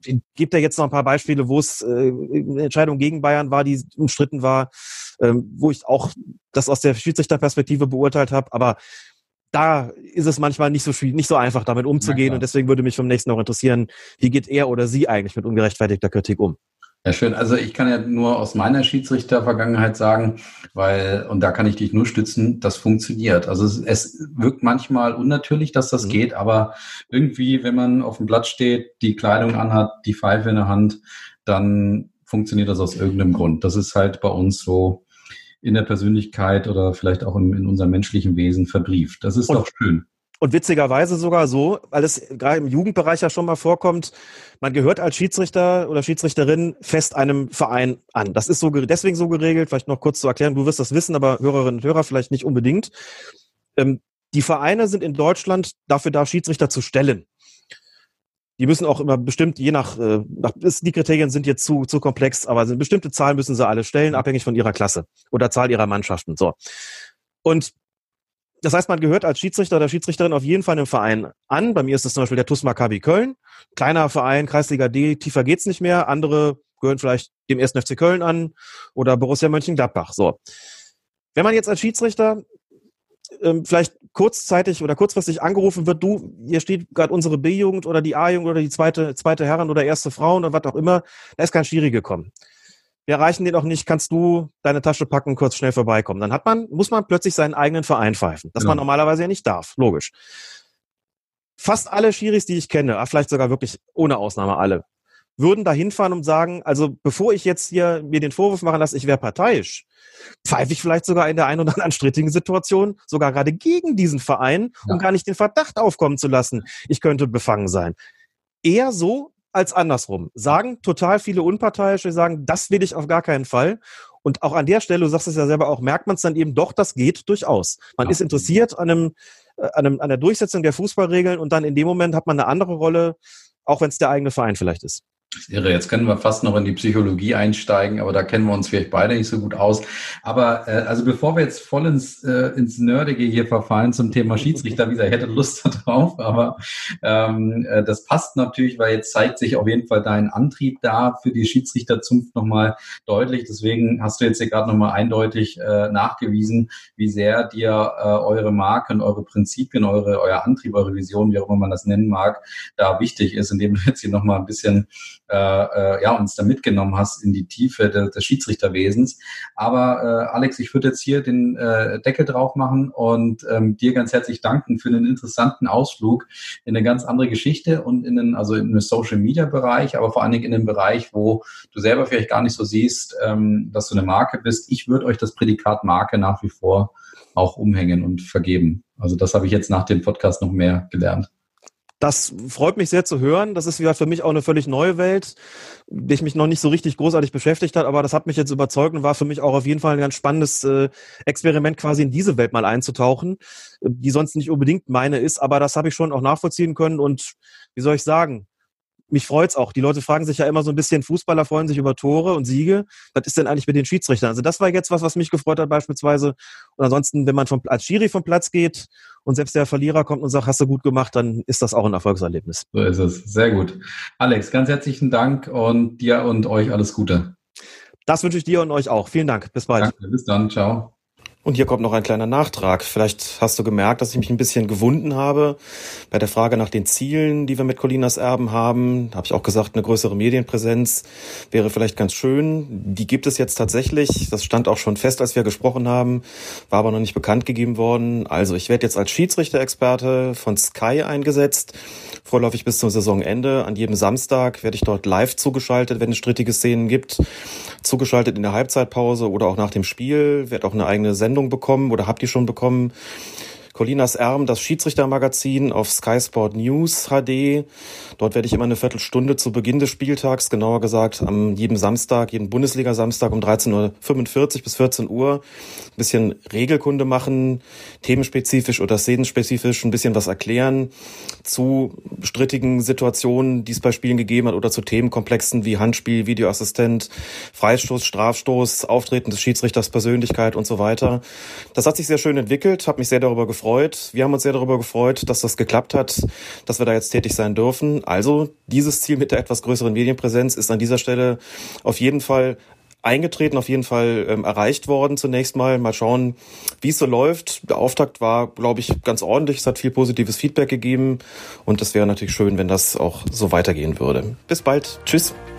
ich gebe da jetzt noch ein paar Beispiele, wo es eine Entscheidung gegen Bayern war, die umstritten war, wo ich auch das aus der Schiedsrichterperspektive beurteilt habe, aber da ist es manchmal nicht so einfach, damit umzugehen, und deswegen würde mich vom nächsten auch interessieren, wie geht er oder sie eigentlich mit ungerechtfertigter Kritik um? Ja, schön. Also ich kann ja nur aus meiner Schiedsrichtervergangenheit sagen, und da kann ich dich nur stützen, das funktioniert. Also es wirkt manchmal unnatürlich, dass das geht, aber irgendwie, wenn man auf dem Blatt steht, die Kleidung anhat, die Pfeife in der Hand, dann funktioniert das aus irgendeinem Grund. Das ist halt bei uns so in der Persönlichkeit oder vielleicht auch in unserem menschlichen Wesen verbrieft. Das ist doch schön. Und witzigerweise sogar so, weil es gerade im Jugendbereich ja schon mal vorkommt, man gehört als Schiedsrichter oder Schiedsrichterin fest einem Verein an. Das ist deswegen so geregelt, vielleicht noch kurz zu erklären, du wirst das wissen, aber Hörerinnen und Hörer vielleicht nicht unbedingt. Die Vereine sind in Deutschland dafür da, Schiedsrichter zu stellen. Die müssen auch immer bestimmt, die Kriterien sind jetzt zu komplex, aber eine bestimmte Zahl müssen sie alle stellen, abhängig von ihrer Klasse oder Zahl ihrer Mannschaften. So. Und das heißt, man gehört als Schiedsrichter oder Schiedsrichterin auf jeden Fall einem Verein an. Bei mir ist es zum Beispiel der TuS Maccabi Köln. Kleiner Verein, Kreisliga D, tiefer geht's nicht mehr. Andere gehören vielleicht dem 1. FC Köln an oder Borussia Mönchengladbach. So. Wenn man jetzt als Schiedsrichter vielleicht kurzzeitig oder kurzfristig angerufen wird, hier steht gerade unsere B-Jugend oder die A-Jugend oder die zweite Herren oder erste Frauen oder was auch immer, da ist kein Schiri gekommen. Wir erreichen den auch nicht, kannst du deine Tasche packen, kurz schnell vorbeikommen. Dann muss man plötzlich seinen eigenen Verein pfeifen, das man normalerweise ja nicht darf, logisch. Fast alle Schiris, die ich kenne, vielleicht sogar wirklich ohne Ausnahme alle, würden da hinfahren und sagen, also bevor ich jetzt hier mir den Vorwurf machen lasse, ich wäre parteiisch, pfeife ich vielleicht sogar in der einen oder anderen strittigen Situation sogar gerade gegen diesen Verein, um gar nicht den Verdacht aufkommen zu lassen, ich könnte befangen sein. Eher so als andersrum. Sagen total viele Unparteiische, sagen, das will ich auf gar keinen Fall. Und auch an der Stelle, du sagst es ja selber auch, merkt man es dann eben doch, das geht durchaus. Man ist interessiert an der Durchsetzung der Fußballregeln, und dann in dem Moment hat man eine andere Rolle, auch wenn es der eigene Verein vielleicht ist. Das ist irre. Jetzt können wir fast noch in die Psychologie einsteigen, aber da kennen wir uns vielleicht beide nicht so gut aus. Aber also bevor wir jetzt voll ins Nerdige hier verfallen zum Thema Schiedsrichter, wie gesagt, ich hätte Lust darauf, aber das passt natürlich, weil jetzt zeigt sich auf jeden Fall dein Antrieb da für die Schiedsrichterzunft nochmal deutlich. Deswegen hast du jetzt hier gerade nochmal eindeutig nachgewiesen, wie sehr dir eure Marken, eure Prinzipien, euer Antrieb, eure Vision, wie auch immer man das nennen mag, da wichtig ist, indem du jetzt hier nochmal ein bisschen uns da mitgenommen hast in die Tiefe des Schiedsrichterwesens. Aber Alex, ich würde jetzt hier den Deckel drauf machen und dir ganz herzlich danken für den interessanten Ausflug in eine ganz andere Geschichte und in den Social-Media-Bereich, aber vor allen Dingen in den Bereich, wo du selber vielleicht gar nicht so siehst, dass du eine Marke bist. Ich würde euch das Prädikat Marke nach wie vor auch umhängen und vergeben. Also das habe ich jetzt nach dem Podcast noch mehr gelernt. Das freut mich sehr zu hören. Das ist für mich auch eine völlig neue Welt, die ich mich noch nicht so richtig großartig beschäftigt hat, aber das hat mich jetzt überzeugt und war für mich auch auf jeden Fall ein ganz spannendes Experiment, quasi in diese Welt mal einzutauchen, die sonst nicht unbedingt meine ist, aber das habe ich schon auch nachvollziehen können, und wie soll ich sagen, mich freut's auch. Die Leute fragen sich ja immer so ein bisschen, Fußballer freuen sich über Tore und Siege. Was ist denn eigentlich mit den Schiedsrichtern? Also das war jetzt was mich gefreut hat beispielsweise. Und ansonsten, wenn man als Schiri vom Platz geht und selbst der Verlierer kommt und sagt, hast du gut gemacht, dann ist das auch ein Erfolgserlebnis. So ist es. Sehr gut. Alex, ganz herzlichen Dank und dir und euch alles Gute. Das wünsche ich dir und euch auch. Vielen Dank. Bis bald. Danke. Bis dann. Ciao. Und hier kommt noch ein kleiner Nachtrag. Vielleicht hast du gemerkt, dass ich mich ein bisschen gewunden habe bei der Frage nach den Zielen, die wir mit Colinas Erben haben. Da habe ich auch gesagt, eine größere Medienpräsenz wäre vielleicht ganz schön. Die gibt es jetzt tatsächlich. Das stand auch schon fest, als wir gesprochen haben, war aber noch nicht bekannt gegeben worden. Also ich werde jetzt als Schiedsrichter-Experte von Sky eingesetzt, vorläufig bis zum Saisonende. An jedem Samstag werde ich dort live zugeschaltet, wenn es strittige Szenen gibt. Zugeschaltet in der Halbzeitpause oder auch nach dem Spiel. Werde auch eine eigene Sendung bekommen oder habt ihr schon bekommen. Colinas Erben, das Schiedsrichtermagazin auf Sky Sport News HD. Dort werde ich immer eine Viertelstunde zu Beginn des Spieltags, genauer gesagt jeden Samstag, jeden Bundesliga-Samstag um 13:45 bis 14 Uhr ein bisschen Regelkunde machen, themenspezifisch oder szenenspezifisch ein bisschen was erklären zu strittigen Situationen, die es bei Spielen gegeben hat, oder zu Themenkomplexen wie Handspiel, Videoassistent, Freistoß, Strafstoß, Auftreten des Schiedsrichters, Persönlichkeit und so weiter. Das hat sich sehr schön entwickelt, habe mich sehr darüber gefreut, gefreut. Wir haben uns sehr darüber gefreut, dass das geklappt hat, dass wir da jetzt tätig sein dürfen. Also dieses Ziel mit der etwas größeren Medienpräsenz ist an dieser Stelle auf jeden Fall eingetreten, auf jeden Fall erreicht worden zunächst mal. Mal schauen, wie es so läuft. Der Auftakt war, glaube ich, ganz ordentlich. Es hat viel positives Feedback gegeben und es wäre natürlich schön, wenn das auch so weitergehen würde. Bis bald. Tschüss.